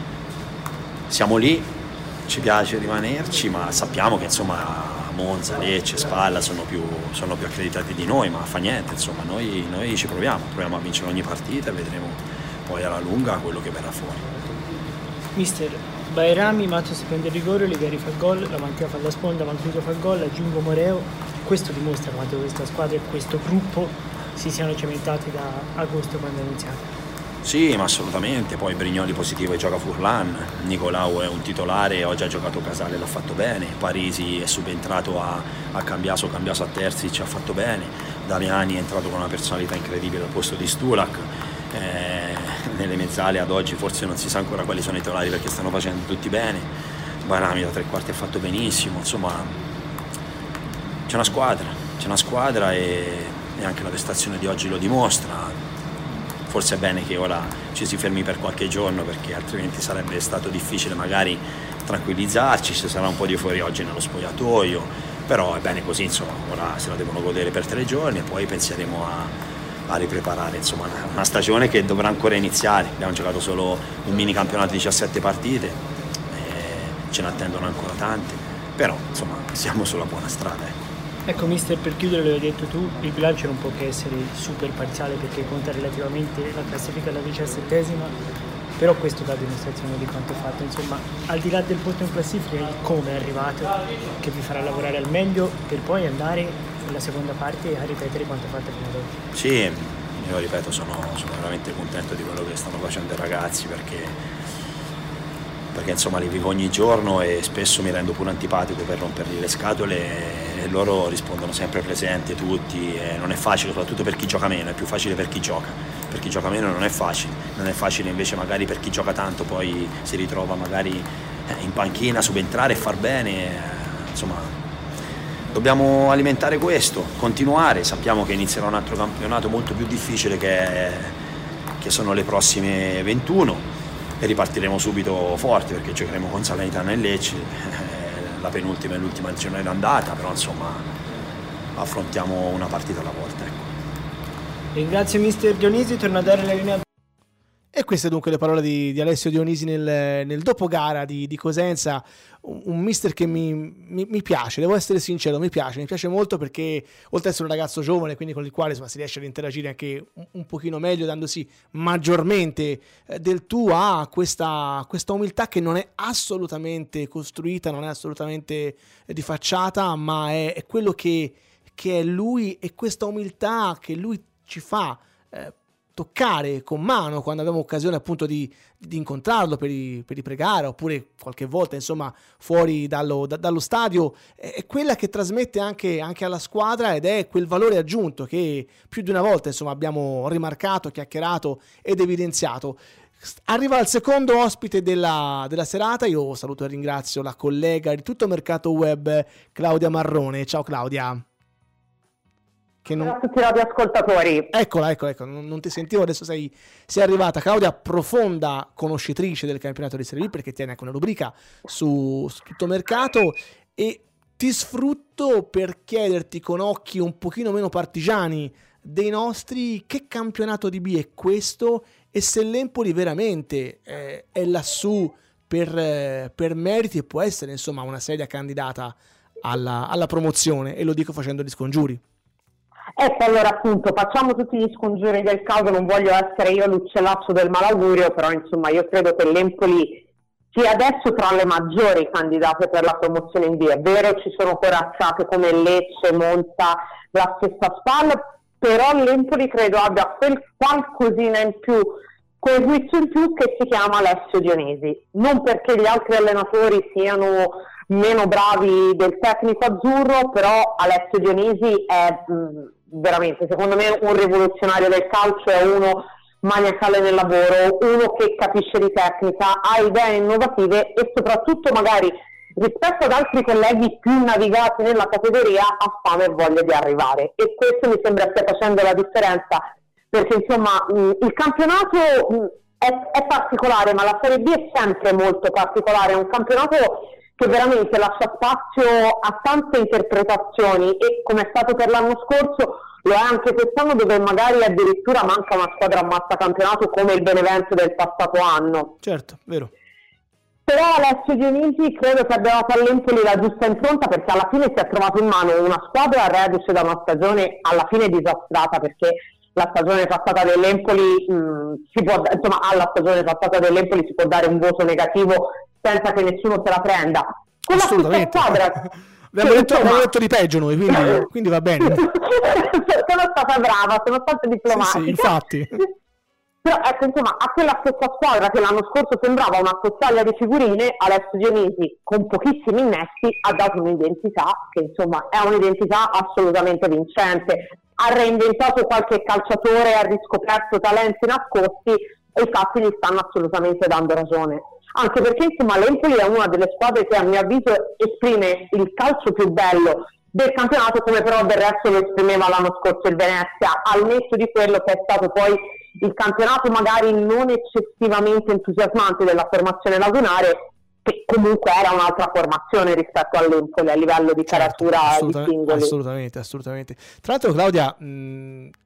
siamo lì, ci piace rimanerci, ma sappiamo che insomma Monza, Lecce, Spalla sono più accreditati di noi, ma fa niente, insomma noi ci proviamo a vincere ogni partita e vedremo poi alla lunga quello che verrà fuori. Mister, Bairami, Matos prende il rigore, Ligari fa il gol, la Mantia fa la sponda, Mantuso fa il gol, aggiungo Moreo. Questo dimostra quanto questa squadra e questo gruppo si siano cementati da agosto quando è iniziato. Sì, ma assolutamente, poi Brignoli positivo e gioca Furlan, Nicolau è un titolare, oggi ha giocato Casale, l'ha fatto bene, Parisi è subentrato a Cambiaso a terzi, ci ha fatto bene, Damiani è entrato con una personalità incredibile al posto di Stulak. Nelle mezzale ad oggi forse non si sa ancora quali sono i titolari perché stanno facendo tutti bene, Barami da 3 quarti ha fatto benissimo, insomma c'è una squadra e anche la prestazione di oggi lo dimostra. Forse è bene che ora ci si fermi per qualche giorno perché altrimenti sarebbe stato difficile magari tranquillizzarci, ci sarà un po' di euforia oggi nello spogliatoio, però è bene così, insomma ora se la devono godere per 3 giorni e poi penseremo a ripreparare insomma una stagione che dovrà ancora iniziare. Abbiamo giocato solo un mini campionato di 17 partite, ce ne attendono ancora tante, però insomma siamo sulla buona strada. Ecco mister, per chiudere, l'hai detto tu, il bilancio non può che essere super parziale perché conta relativamente la classifica alla 17ª, però questo dà dimostrazione di quanto fatto, insomma, al di là del posto in classifica, il come è arrivato, che vi farà lavorare al meglio per poi andare nella seconda parte a ripetere quanto fatto fino ad oggi. Sì, io ripeto, sono veramente contento di quello che stanno facendo i ragazzi, perché insomma li vivo ogni giorno e spesso mi rendo pure antipatico per rompergli le scatole e loro rispondono sempre presenti tutti, e non è facile, soprattutto per chi gioca meno, è più facile per chi gioca. Per chi gioca meno non è facile invece magari per chi gioca tanto poi si ritrova magari in panchina, subentrare e far bene, insomma dobbiamo alimentare questo, continuare, sappiamo che inizierà un altro campionato molto più difficile che sono le prossime 21 e ripartiremo subito forti perché giocheremo con Salernitana e Lecce, la penultima e l'ultima giornata d'andata, però insomma affrontiamo una partita alla volta. Ecco. Ringrazio mister Dionisi, torno a dare la linea. E queste dunque le parole di Alessio Dionisi nel dopogara di Cosenza, un mister che mi piace, devo essere sincero, mi piace molto perché oltre ad essere un ragazzo giovane, quindi con il quale insomma, si riesce ad interagire anche un pochino meglio, dandosi maggiormente del tuo, ha questa umiltà che non è assolutamente costruita, non è assolutamente di facciata, ma è quello che è lui, e questa umiltà che lui ci fa toccare con mano quando abbiamo occasione appunto di incontrarlo per i pregare, oppure qualche volta insomma fuori dallo stadio, è quella che trasmette anche alla squadra, ed è quel valore aggiunto che più di una volta insomma abbiamo rimarcato, chiacchierato ed evidenziato. Arriva il secondo ospite della serata. Io saluto e ringrazio la collega di Tutto Mercato Web, Claudia Marrone. Ciao Claudia. Ciao a tutti i radioascoltatori. Eccola, non ti sentivo, adesso sei arrivata. Claudia, profonda conoscitrice del campionato di Serie B, perché tiene anche una rubrica su Tutto Mercato, e ti sfrutto per chiederti con occhi un pochino meno partigiani dei nostri che campionato di B è questo, e se l'Empoli veramente è lassù per meriti e può essere insomma una seria candidata alla promozione, e lo dico facendo gli scongiuri. Ecco, allora appunto facciamo tutti gli scongiuri del caso, non voglio essere io l'uccellaccio del malaugurio, però insomma io credo che l'Empoli sia adesso tra le maggiori candidate per la promozione in B. È vero, ci sono corazzate come Lecce, Monza, la stessa SPAL, però l'Empoli credo abbia quel qualcosina in più, quel guizzo in più che si chiama Alessio Dionisi. Non perché gli altri allenatori siano meno bravi del tecnico azzurro, però Alessio Dionisi è veramente, secondo me, un rivoluzionario del calcio, è uno maniacale nel lavoro, uno che capisce di tecnica, ha idee innovative e soprattutto magari rispetto ad altri colleghi più navigati nella categoria ha fame e voglia di arrivare, e questo mi sembra stia facendo la differenza, perché insomma il campionato è particolare, ma la Serie B è sempre molto particolare, è un campionato che veramente lascia spazio a tante interpretazioni, e come è stato per l'anno scorso lo è anche quest'anno, dove magari addirittura manca una squadra ammazza campionato come il Benevento del passato anno. Certo, vero. Però Alessio Dionisi credo che abbia dato all'Empoli la giusta impronta, perché alla fine si è trovato in mano una squadra reduce da una stagione alla fine disastrata, perché la stagione passata dell'Empoli alla stagione passata dell'Empoli si può dare un voto negativo senza che nessuno se la prenda. Con la stessa squadra abbiamo detto di peggio noi, quindi va bene. Sono stata brava, sono stata diplomatica. Sì, infatti. Però ecco, insomma, a quella stessa squadra che l'anno scorso sembrava una cozzaglia di figurine, Alessio Dionisi con pochissimi innesti ha dato un'identità che insomma è un'identità assolutamente vincente. Ha reinventato qualche calciatore, ha riscoperto talenti nascosti, e i fatti gli stanno assolutamente dando ragione. Anche perché insomma l'Empoli è una delle squadre che a mio avviso esprime il calcio più bello del campionato, come però del resto lo esprimeva l'anno scorso il Venezia, al netto di quello che è stato poi il campionato magari non eccessivamente entusiasmante della formazione lagunare, che comunque era un'altra formazione rispetto all'Empoli a livello di caratura di singoli. Assolutamente. Tra l'altro Claudia,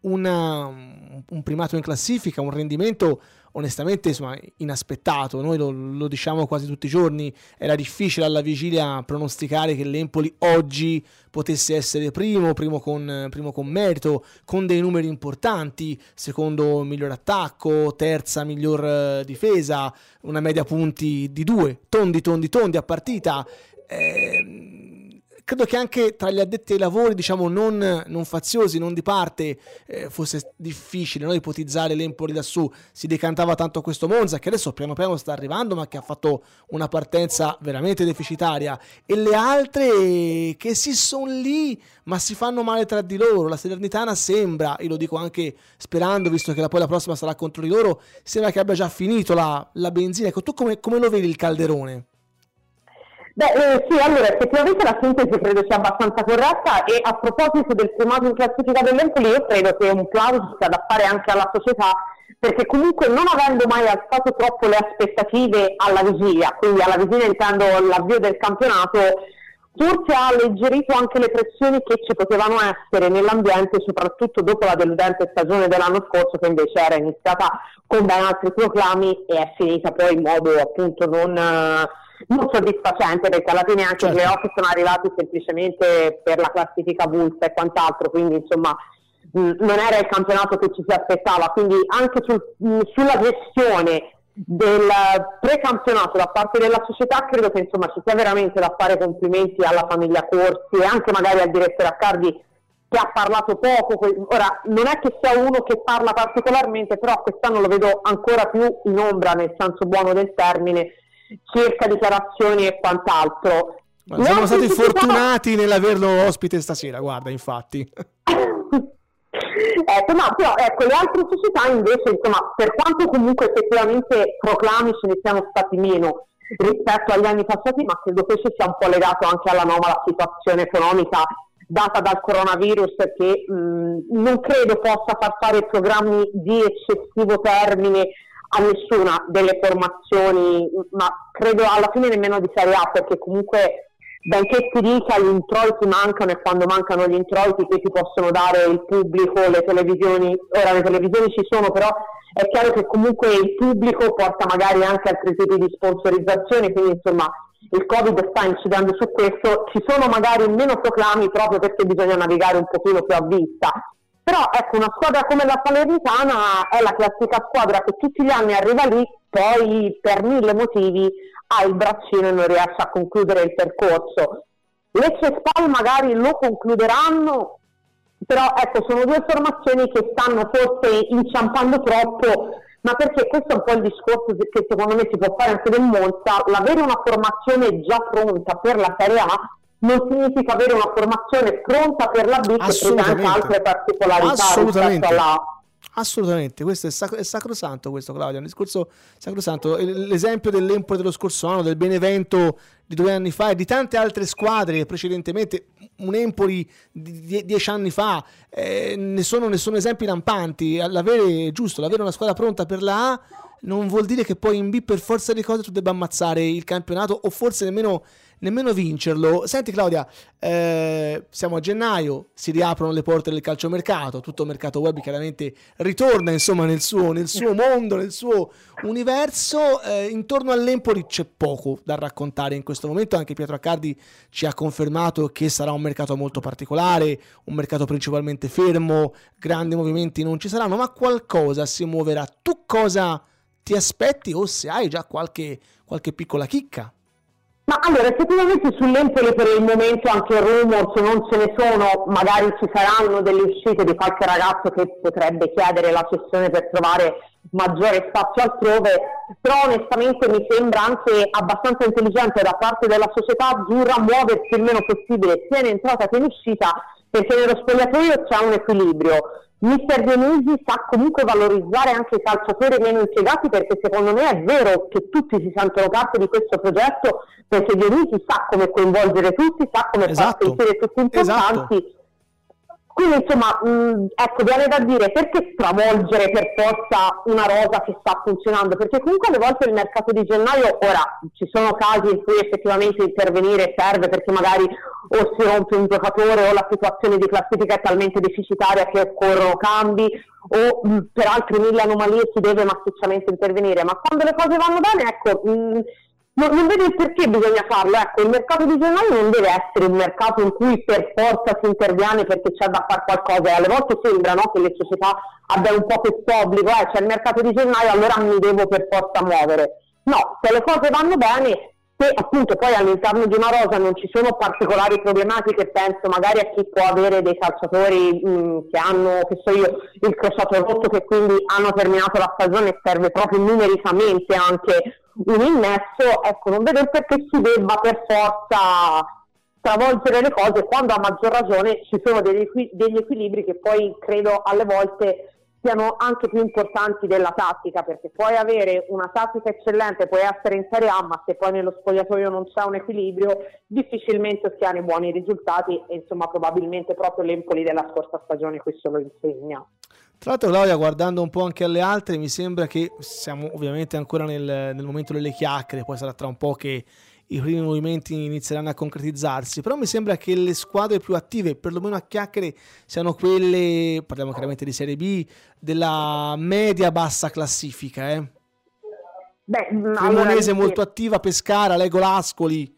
un primato in classifica, un rendimento onestamente insomma inaspettato. Noi lo diciamo quasi tutti i giorni, era difficile alla vigilia pronosticare che l'Empoli oggi potesse essere primo con merito, con dei numeri importanti, secondo miglior attacco, terza miglior difesa, una media punti di 2 tondi a partita. Credo che anche tra gli addetti ai lavori, diciamo non faziosi, non di parte, fosse difficile, no, ipotizzare l'Empoli lassù. Si decantava tanto questo Monza, che adesso piano piano sta arrivando, ma che ha fatto una partenza veramente deficitaria, e le altre che si sono lì, ma si fanno male tra di loro. La Salernitana sembra, io lo dico anche sperando, visto che poi la prossima sarà contro di loro, sembra che abbia già finito la benzina. Ecco, tu come lo vedi il calderone? Sì, allora effettivamente la sintesi credo sia abbastanza corretta, e a proposito del primato in classifica dell'Empoli, io credo che un plauso sia da fare anche alla società, perché comunque non avendo mai alzato troppo le aspettative alla vigilia, quindi alla vigilia intendo l'avvio del campionato, forse ha alleggerito anche le pressioni che ci potevano essere nell'ambiente, soprattutto dopo la deludente stagione dell'anno scorso, che invece era iniziata con ben altri proclami e è finita poi in modo appunto non soddisfacente, perché alla fine anche i playoff sono arrivati semplicemente per la classifica vulsa e quant'altro, quindi insomma non era il campionato che ci si aspettava. Quindi anche sulla gestione del precampionato da parte della società credo che insomma ci sia veramente da fare complimenti alla famiglia Corsi e anche magari al direttore Accardi, che ha parlato poco. Ora non è che sia uno che parla particolarmente, però quest'anno lo vedo ancora più in ombra, nel senso buono del termine, circa dichiarazioni e quant'altro. Siamo stati fortunati nell'averlo ospite stasera, guarda, infatti. Però le altre società invece, insomma, per quanto comunque effettivamente proclami ce ne siano stati meno rispetto agli anni passati, ma credo che ci sia un po' legato anche all'anomala situazione economica data dal coronavirus, che non credo possa far fare programmi di eccessivo termine a nessuna delle formazioni, ma credo alla fine nemmeno di Serie A, perché comunque benché si dica gli introiti mancano, e quando mancano gli introiti che ti possono dare il pubblico, le televisioni, ora le televisioni ci sono, però è chiaro che comunque il pubblico porta magari anche altri tipi di sponsorizzazione, quindi insomma il Covid sta incidendo su questo. Ci sono magari meno proclami proprio perché bisogna navigare un pochino più a vista. Però ecco, una squadra come la Salernitana è la classica squadra che tutti gli anni arriva lì, poi per 1000 motivi ha il braccino e non riesce a concludere il percorso. Lecce e Spal magari lo concluderanno, però ecco, sono due formazioni che stanno forse inciampando troppo, ma perché questo è un po' il discorso che secondo me si può fare anche del Monza: l'avere una formazione già pronta per la Serie A non significa avere una formazione pronta per la B, che presenta altre particolarità rispetto alla... Assolutamente, questo è sacrosanto, questo, Claudia, un discorso sacrosanto. L'esempio dell'Empoli dello scorso anno, del Benevento di 2 anni fa e di tante altre squadre precedentemente, un Empoli di 10 anni fa, ne sono esempi lampanti. L'avere una squadra pronta per la A non vuol dire che poi in B per forza di cose tu debba ammazzare il campionato, o forse nemmeno vincerlo. Senti Claudia, siamo a gennaio, si riaprono le porte del calciomercato, tutto il mercato web chiaramente ritorna insomma nel suo mondo, nel suo universo. Intorno all'Empoli c'è poco da raccontare in questo momento. Anche Pietro Accardi ci ha confermato che sarà un mercato molto particolare, un mercato principalmente fermo, grandi movimenti non ci saranno, ma qualcosa si muoverà. Tu cosa ti aspetti, o se hai già qualche piccola chicca? Ma allora, effettivamente sull'Empoli per il momento anche rumors non ce ne sono, magari ci saranno delle uscite di qualche ragazzo che potrebbe chiedere la cessione per trovare maggiore spazio altrove, però onestamente mi sembra anche abbastanza intelligente da parte della società azzurra muoversi il meno possibile sia in entrata che in uscita, perché nello spogliatoio c'è un equilibrio. Mister Dionisi sa comunque valorizzare anche i calciatori meno impiegati, perché secondo me è vero che tutti si sentono parte di questo progetto, perché Dionisi sa come coinvolgere tutti, sa come far sentire tutti importanti. Quindi insomma, ecco, viene da dire, perché stravolgere per forza una rosa che sta funzionando? Perché comunque alle volte il mercato di gennaio, ora ci sono casi in cui effettivamente intervenire serve perché magari o si rompe un giocatore o la situazione di classifica è talmente deficitaria che occorrono cambi, o per altre mille anomalie si deve massicciamente intervenire, ma quando le cose vanno bene, ecco, non vedo il perché bisogna farlo. Ecco, il mercato di gennaio non deve essere un mercato in cui per forza si interviene perché c'è da fare qualcosa, e alle volte sembra, no, che le società abbiano un po' questo obbligo, c'è il mercato di gennaio, allora mi devo per forza muovere. No, se le cose vanno bene, se appunto poi all'interno di una rosa non ci sono particolari problematiche, penso magari a chi può avere dei calciatori che hanno, che so io, il crociato rotto, che quindi hanno terminato la stagione e serve proprio numericamente anche un innesso, ecco, non vedo perché si debba per forza stravolgere le cose, quando a maggior ragione ci sono degli equilibri che poi credo alle volte siano anche più importanti della tattica, perché puoi avere una tattica eccellente, puoi essere in Serie A, ma se poi nello spogliatoio non c'è un equilibrio, difficilmente ottieni buoni risultati, e insomma probabilmente proprio l'Empoli della scorsa stagione questo lo insegna. Tra l'altro, Claudia, guardando un po' anche alle altre, mi sembra che siamo ovviamente ancora nel momento delle chiacchiere, poi sarà tra un po' che i primi movimenti inizieranno a concretizzarsi, però mi sembra che le squadre più attive, perlomeno a chiacchiere, siano quelle, parliamo chiaramente di Serie B, della media-bassa classifica. Cremonese allora, molto attiva, Pescara, leggo l'Ascoli.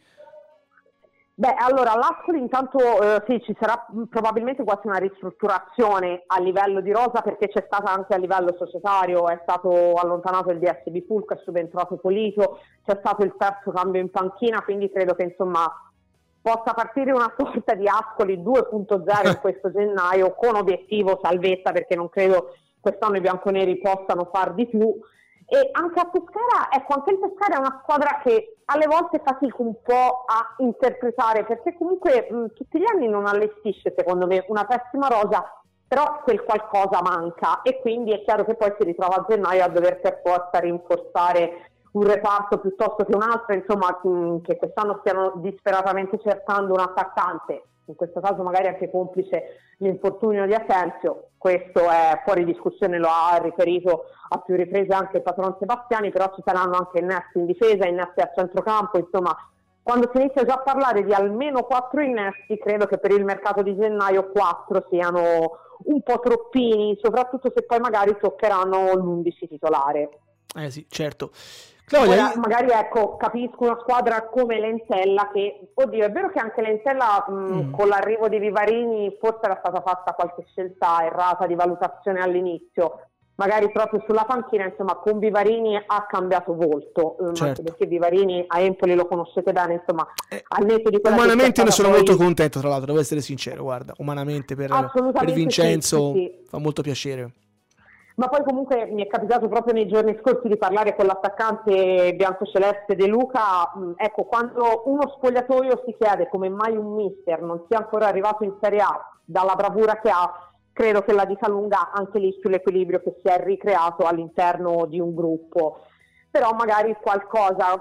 Beh, allora l'Ascoli intanto sì, ci sarà probabilmente quasi una ristrutturazione a livello di rosa, perché c'è stata anche a livello societario, è stato allontanato il DSB Fulco, è subentrato Polito, c'è stato il terzo cambio in panchina, quindi credo che insomma possa partire una sorta di Ascoli 2.0 in questo gennaio, con obiettivo salvezza, perché non credo quest'anno i bianconeri possano far di più. E anche a Pescara, ecco, anche il Pescara è una squadra che alle volte fatico un po' a interpretare, perché comunque tutti gli anni non allestisce, secondo me, una pessima rosa, però quel qualcosa manca, e quindi è chiaro che poi si ritrova a gennaio a dover per forza rinforzare un reparto piuttosto che un altro, insomma, che quest'anno stiano disperatamente cercando un attaccante, in questo caso magari anche complice l'infortunio di Asensio. Questo è fuori discussione, lo ha riferito a più riprese anche il patron Sebastiani, però ci saranno anche innesti in difesa, innesti a centrocampo, insomma quando si inizia già a parlare di almeno 4 innesti, credo che per il mercato di gennaio 4 siano un po' troppini, soprattutto se poi magari toccheranno l'11 titolare. Sì, certo. Claudia, ora, magari ecco, capisco una squadra come l'Entella che, oddio, è vero che anche l'Entella con l'arrivo di Vivarini forse era stata fatta qualche scelta errata di valutazione all'inizio, magari proprio sulla panchina, insomma con Vivarini ha cambiato volto, certo. Perché Vivarini a Empoli lo conoscete bene, insomma al netto di quella umanamente ne sono molto contento, tra l'altro, devo essere sincero, guarda, umanamente per Vincenzo sì. Fa molto piacere. Ma poi comunque mi è capitato proprio nei giorni scorsi di parlare con l'attaccante biancoceleste De Luca, ecco, quando uno spogliatoio si chiede come mai un mister non sia ancora arrivato in Serie A dalla bravura che ha, credo che la dica lunga anche lì sull'equilibrio che si è ricreato all'interno di un gruppo. Però magari qualcosa,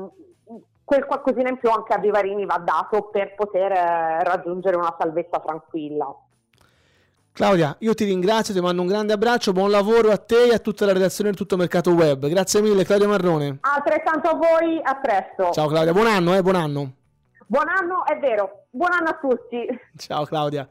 quel qualcosina in più anche a Vivarini va dato per poter raggiungere una salvezza tranquilla. Claudia, io ti ringrazio, ti mando un grande abbraccio, buon lavoro a te e a tutta la redazione del Tutto Mercato Web. Grazie mille, Claudia Marrone. Altrettanto a voi, a presto. Ciao Claudia, buon anno, buon anno. Buon anno, è vero, buon anno a tutti. Ciao Claudia.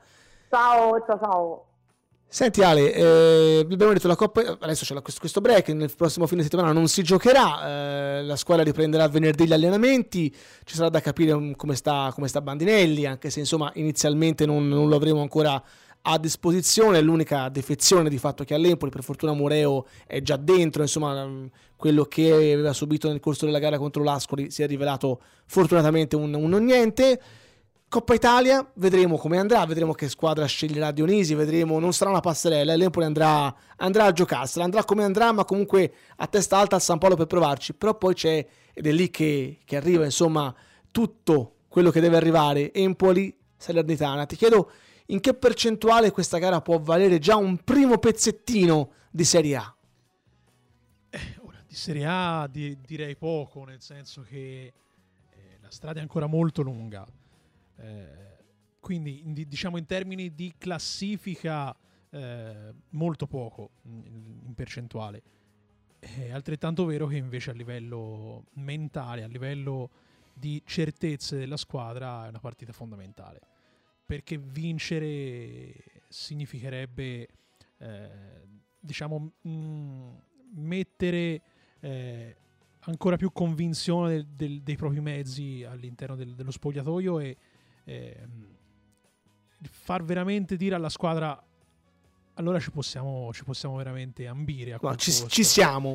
Ciao. Senti Ale, abbiamo detto la Coppa, adesso c'è questo break, nel prossimo fine settimana non si giocherà, la squadra riprenderà venerdì gli allenamenti, ci sarà da capire come sta Bandinelli, anche se insomma inizialmente non lo avremo ancora a disposizione. L'unica defezione di fatto che all'Empoli, per fortuna Moreo è già dentro, insomma quello che aveva subito nel corso della gara contro l'Ascoli si è rivelato fortunatamente un non niente. Coppa Italia, vedremo come andrà, vedremo che squadra sceglierà Dionisi, vedremo, non sarà una passerella, l'Empoli andrà a giocarsela, andrà come andrà, ma comunque a testa alta al San Paolo per provarci. Però poi c'è, ed è lì che arriva insomma tutto quello che deve arrivare, Empoli Salernitana. Ti chiedo in che percentuale questa gara può valere già un primo pezzettino di Serie A? Ora, di Serie A direi poco, nel senso che la strada è ancora molto lunga. quindi diciamo in termini di classifica molto poco in percentuale. È altrettanto vero che invece a livello mentale, a livello di certezze della squadra, è una partita fondamentale, perché vincere significherebbe diciamo mettere ancora più convinzione dei propri mezzi all'interno dello spogliatoio e far veramente dire alla squadra: allora ci possiamo veramente ambire a ci siamo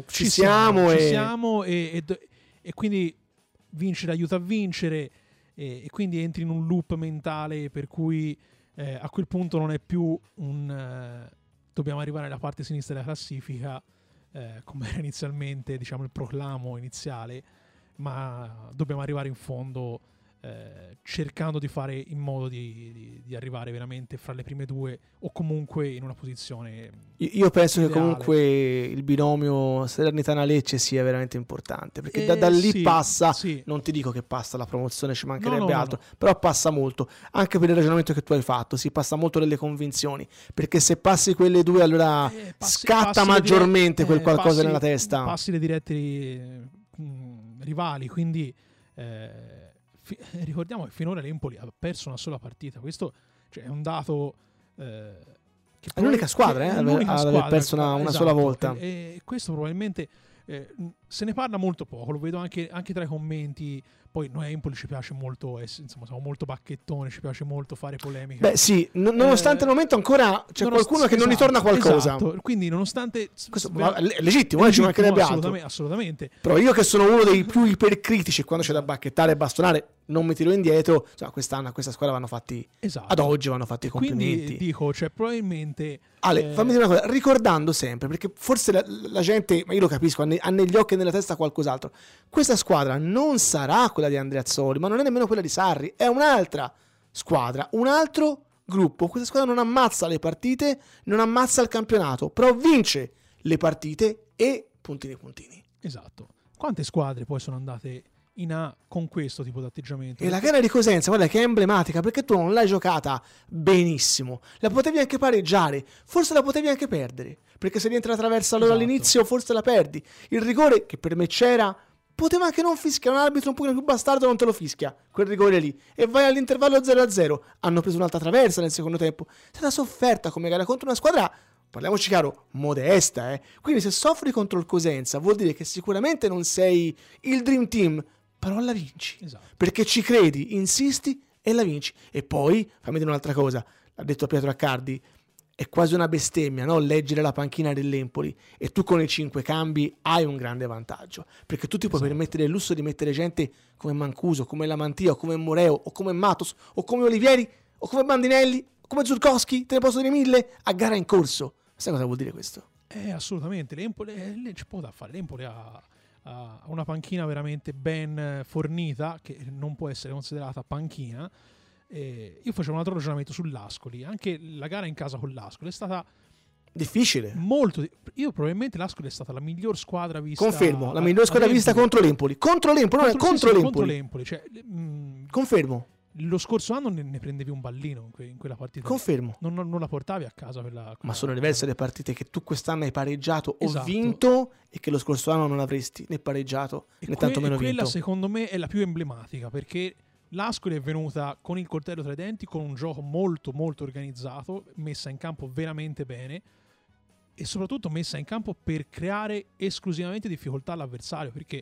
e quindi vincere aiuta a vincere, e quindi entri in un loop mentale per cui a quel punto non è più dobbiamo arrivare alla parte sinistra della classifica come era inizialmente, diciamo, il proclamo iniziale, ma dobbiamo arrivare in fondo cercando di fare in modo di arrivare veramente fra le prime due, o comunque in una posizione io penso ideale. Che comunque il binomio Salernitana-Lecce sia veramente importante, perché da lì passa, non ti dico che passa la promozione, ci mancherebbe altro, però passa molto, anche per il ragionamento che tu hai fatto, si passa molto delle convinzioni, perché se passi quelle due allora scatta maggiormente quel qualcosa nella testa, passi le dirette rivali, quindi ricordiamo che finora l'Empoli ha perso una sola partita. Questo, cioè, è un dato che è l'unica squadra ad aver perso una sola volta, e questo probabilmente se ne parla molto poco, lo vedo anche tra i commenti. Poi noi a Empoli ci piace molto, insomma, siamo molto bacchettoni, ci piace molto fare polemiche. Beh sì, nonostante il momento ancora c'è qualcuno che non ritorna qualcosa. Esatto, quindi nonostante... Questo è legittimo, ci mancherebbe altro. Assolutamente. Però io che sono uno dei più ipercritici, quando c'è da bacchettare e bastonare non mi tiro indietro, cioè, quest'anno a questa squadra vanno fatti, ad oggi vanno fatti i complimenti. Quindi dico, cioè probabilmente... Ale, fammi dire una cosa, ricordando sempre, perché forse la gente, ma io lo capisco, ha negli occhi e nella testa qualcos'altro. Questa squadra non sarà quella di Andreazzoli, ma non è nemmeno quella di Sarri, è un'altra squadra, un altro gruppo. Questa squadra non ammazza le partite, non ammazza il campionato, però vince le partite e puntini. Esatto. Quante squadre poi sono andate in A con questo tipo di atteggiamento? E la gara di Cosenza, guarda che è emblematica, perché tu non l'hai giocata benissimo, la potevi anche pareggiare, forse la potevi anche perdere, perché se rientra la traversa allora all'inizio forse la perdi. Il rigore, che per me c'era, poteva anche non fischiare, un arbitro un pochino più bastardo non te lo fischia quel rigore lì, e vai all'intervallo 0-0. Hanno preso un'altra traversa nel secondo tempo. È stata sofferta come gara contro una squadra, parliamoci chiaro, modesta, Quindi se soffri contro il Cosenza vuol dire che sicuramente non sei il dream team, però la vinci. Esatto. Perché ci credi, insisti e la vinci. E poi, fammi dire un'altra cosa, l'ha detto Pietro Accardi, è quasi una bestemmia, no? Leggere la panchina dell'Empoli, e tu con i 5 cambi hai un grande vantaggio, perché tu ti puoi permettere il lusso di mettere gente come Mancuso, come Lamantia, o come Moreo, o come Matos, o come Olivieri, o come Bandinelli, o come Zurkowski, te ne posso dire 1000, a gara in corso. Sai cosa vuol dire questo? Assolutamente, l'Empoli c'è poco da fare. L'Empoli ha una panchina veramente ben fornita, che non può essere considerata panchina. Io facevo un altro ragionamento sull'Ascoli. Anche la gara in casa con l'Ascoli è stata difficile, molto. Io probabilmente l'Ascoli è stata la miglior squadra vista. Confermo, la miglior squadra vista contro l'Empoli. Contro l'Empoli. Cioè, confermo. Lo scorso anno ne prendevi un ballino in quella partita. Confermo. Non la portavi a casa quella ma sono diverse le partite che tu quest'anno hai pareggiato o vinto, e che lo scorso anno non avresti né pareggiato né tantomeno vinto. Quella secondo me è la più emblematica, perché l'Ascoli è venuta con il coltello tra i denti, con un gioco molto molto organizzato, messa in campo veramente bene, e soprattutto messa in campo per creare esclusivamente difficoltà all'avversario, perché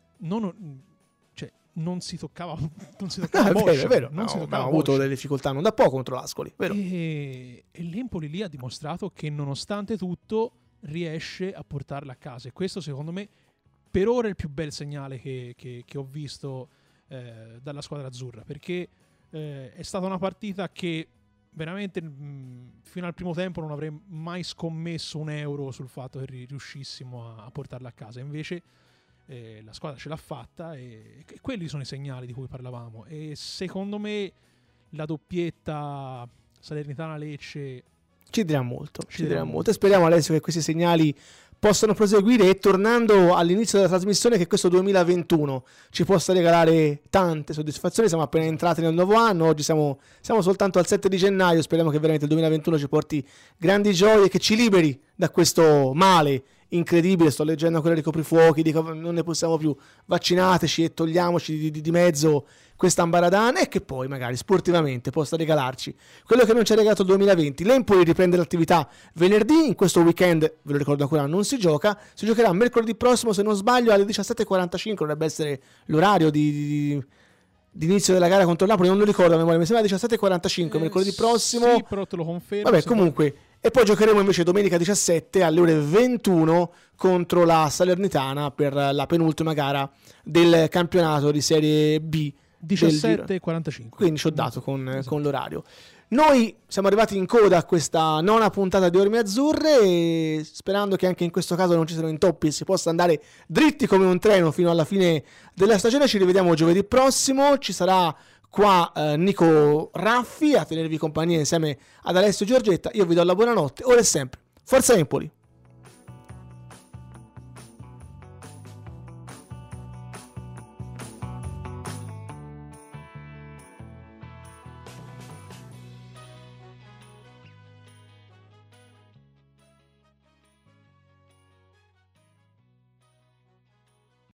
non si toccava è vero. Abbiamo avuto delle difficoltà non da poco contro l'Ascoli, vero? E l'Empoli lì ha dimostrato che nonostante tutto riesce a portarla a casa, e questo secondo me per ora è il più bel segnale che ho visto dalla squadra azzurra, perché è stata una partita che veramente fino al primo tempo non avrei mai scommesso un euro sul fatto che riuscissimo a portarla a casa. Invece la squadra ce l'ha fatta, e quelli sono i segnali di cui parlavamo, e secondo me la doppietta Salernitana-Lecce ci dirà molto. E speriamo, Alessio, che questi segnali possano proseguire, e tornando all'inizio della trasmissione, che questo 2021 ci possa regalare tante soddisfazioni. Siamo appena entrati nel nuovo anno, oggi siamo soltanto al 7 di gennaio, speriamo che veramente il 2021 ci porti grandi gioie, che ci liberi da questo male incredibile. Sto leggendo ancora i coprifuochi, dico non ne possiamo più, vaccinateci e togliamoci di mezzo questa ambaradana, e che poi magari sportivamente possa regalarci quello che non ci ha regalato il 2020. L'Empoli riprende l'attività venerdì, in questo weekend, ve lo ricordo ancora, non si giocherà mercoledì prossimo, se non sbaglio, alle 17:45, dovrebbe essere l'orario di inizio della gara contro il Napoli, non lo ricordo a memoria, mi sembra 17:45 mercoledì prossimo. Sì, però te lo confermo. Vabbè, comunque poi... E poi giocheremo invece domenica 17 alle ore 21 contro la Salernitana per la penultima gara del campionato di Serie B. 17:45. Quindi ci ho dato con l'orario. Noi siamo arrivati in coda a questa nona puntata di Orme Azzurre, e sperando che anche in questo caso non ci siano intoppi e si possa andare dritti come un treno fino alla fine della stagione. Ci rivediamo giovedì prossimo, ci sarà qua Nico Raffi a tenervi compagnia insieme ad Alessio Giorgetta. Io vi do la buonanotte, ora e sempre. Forza Empoli!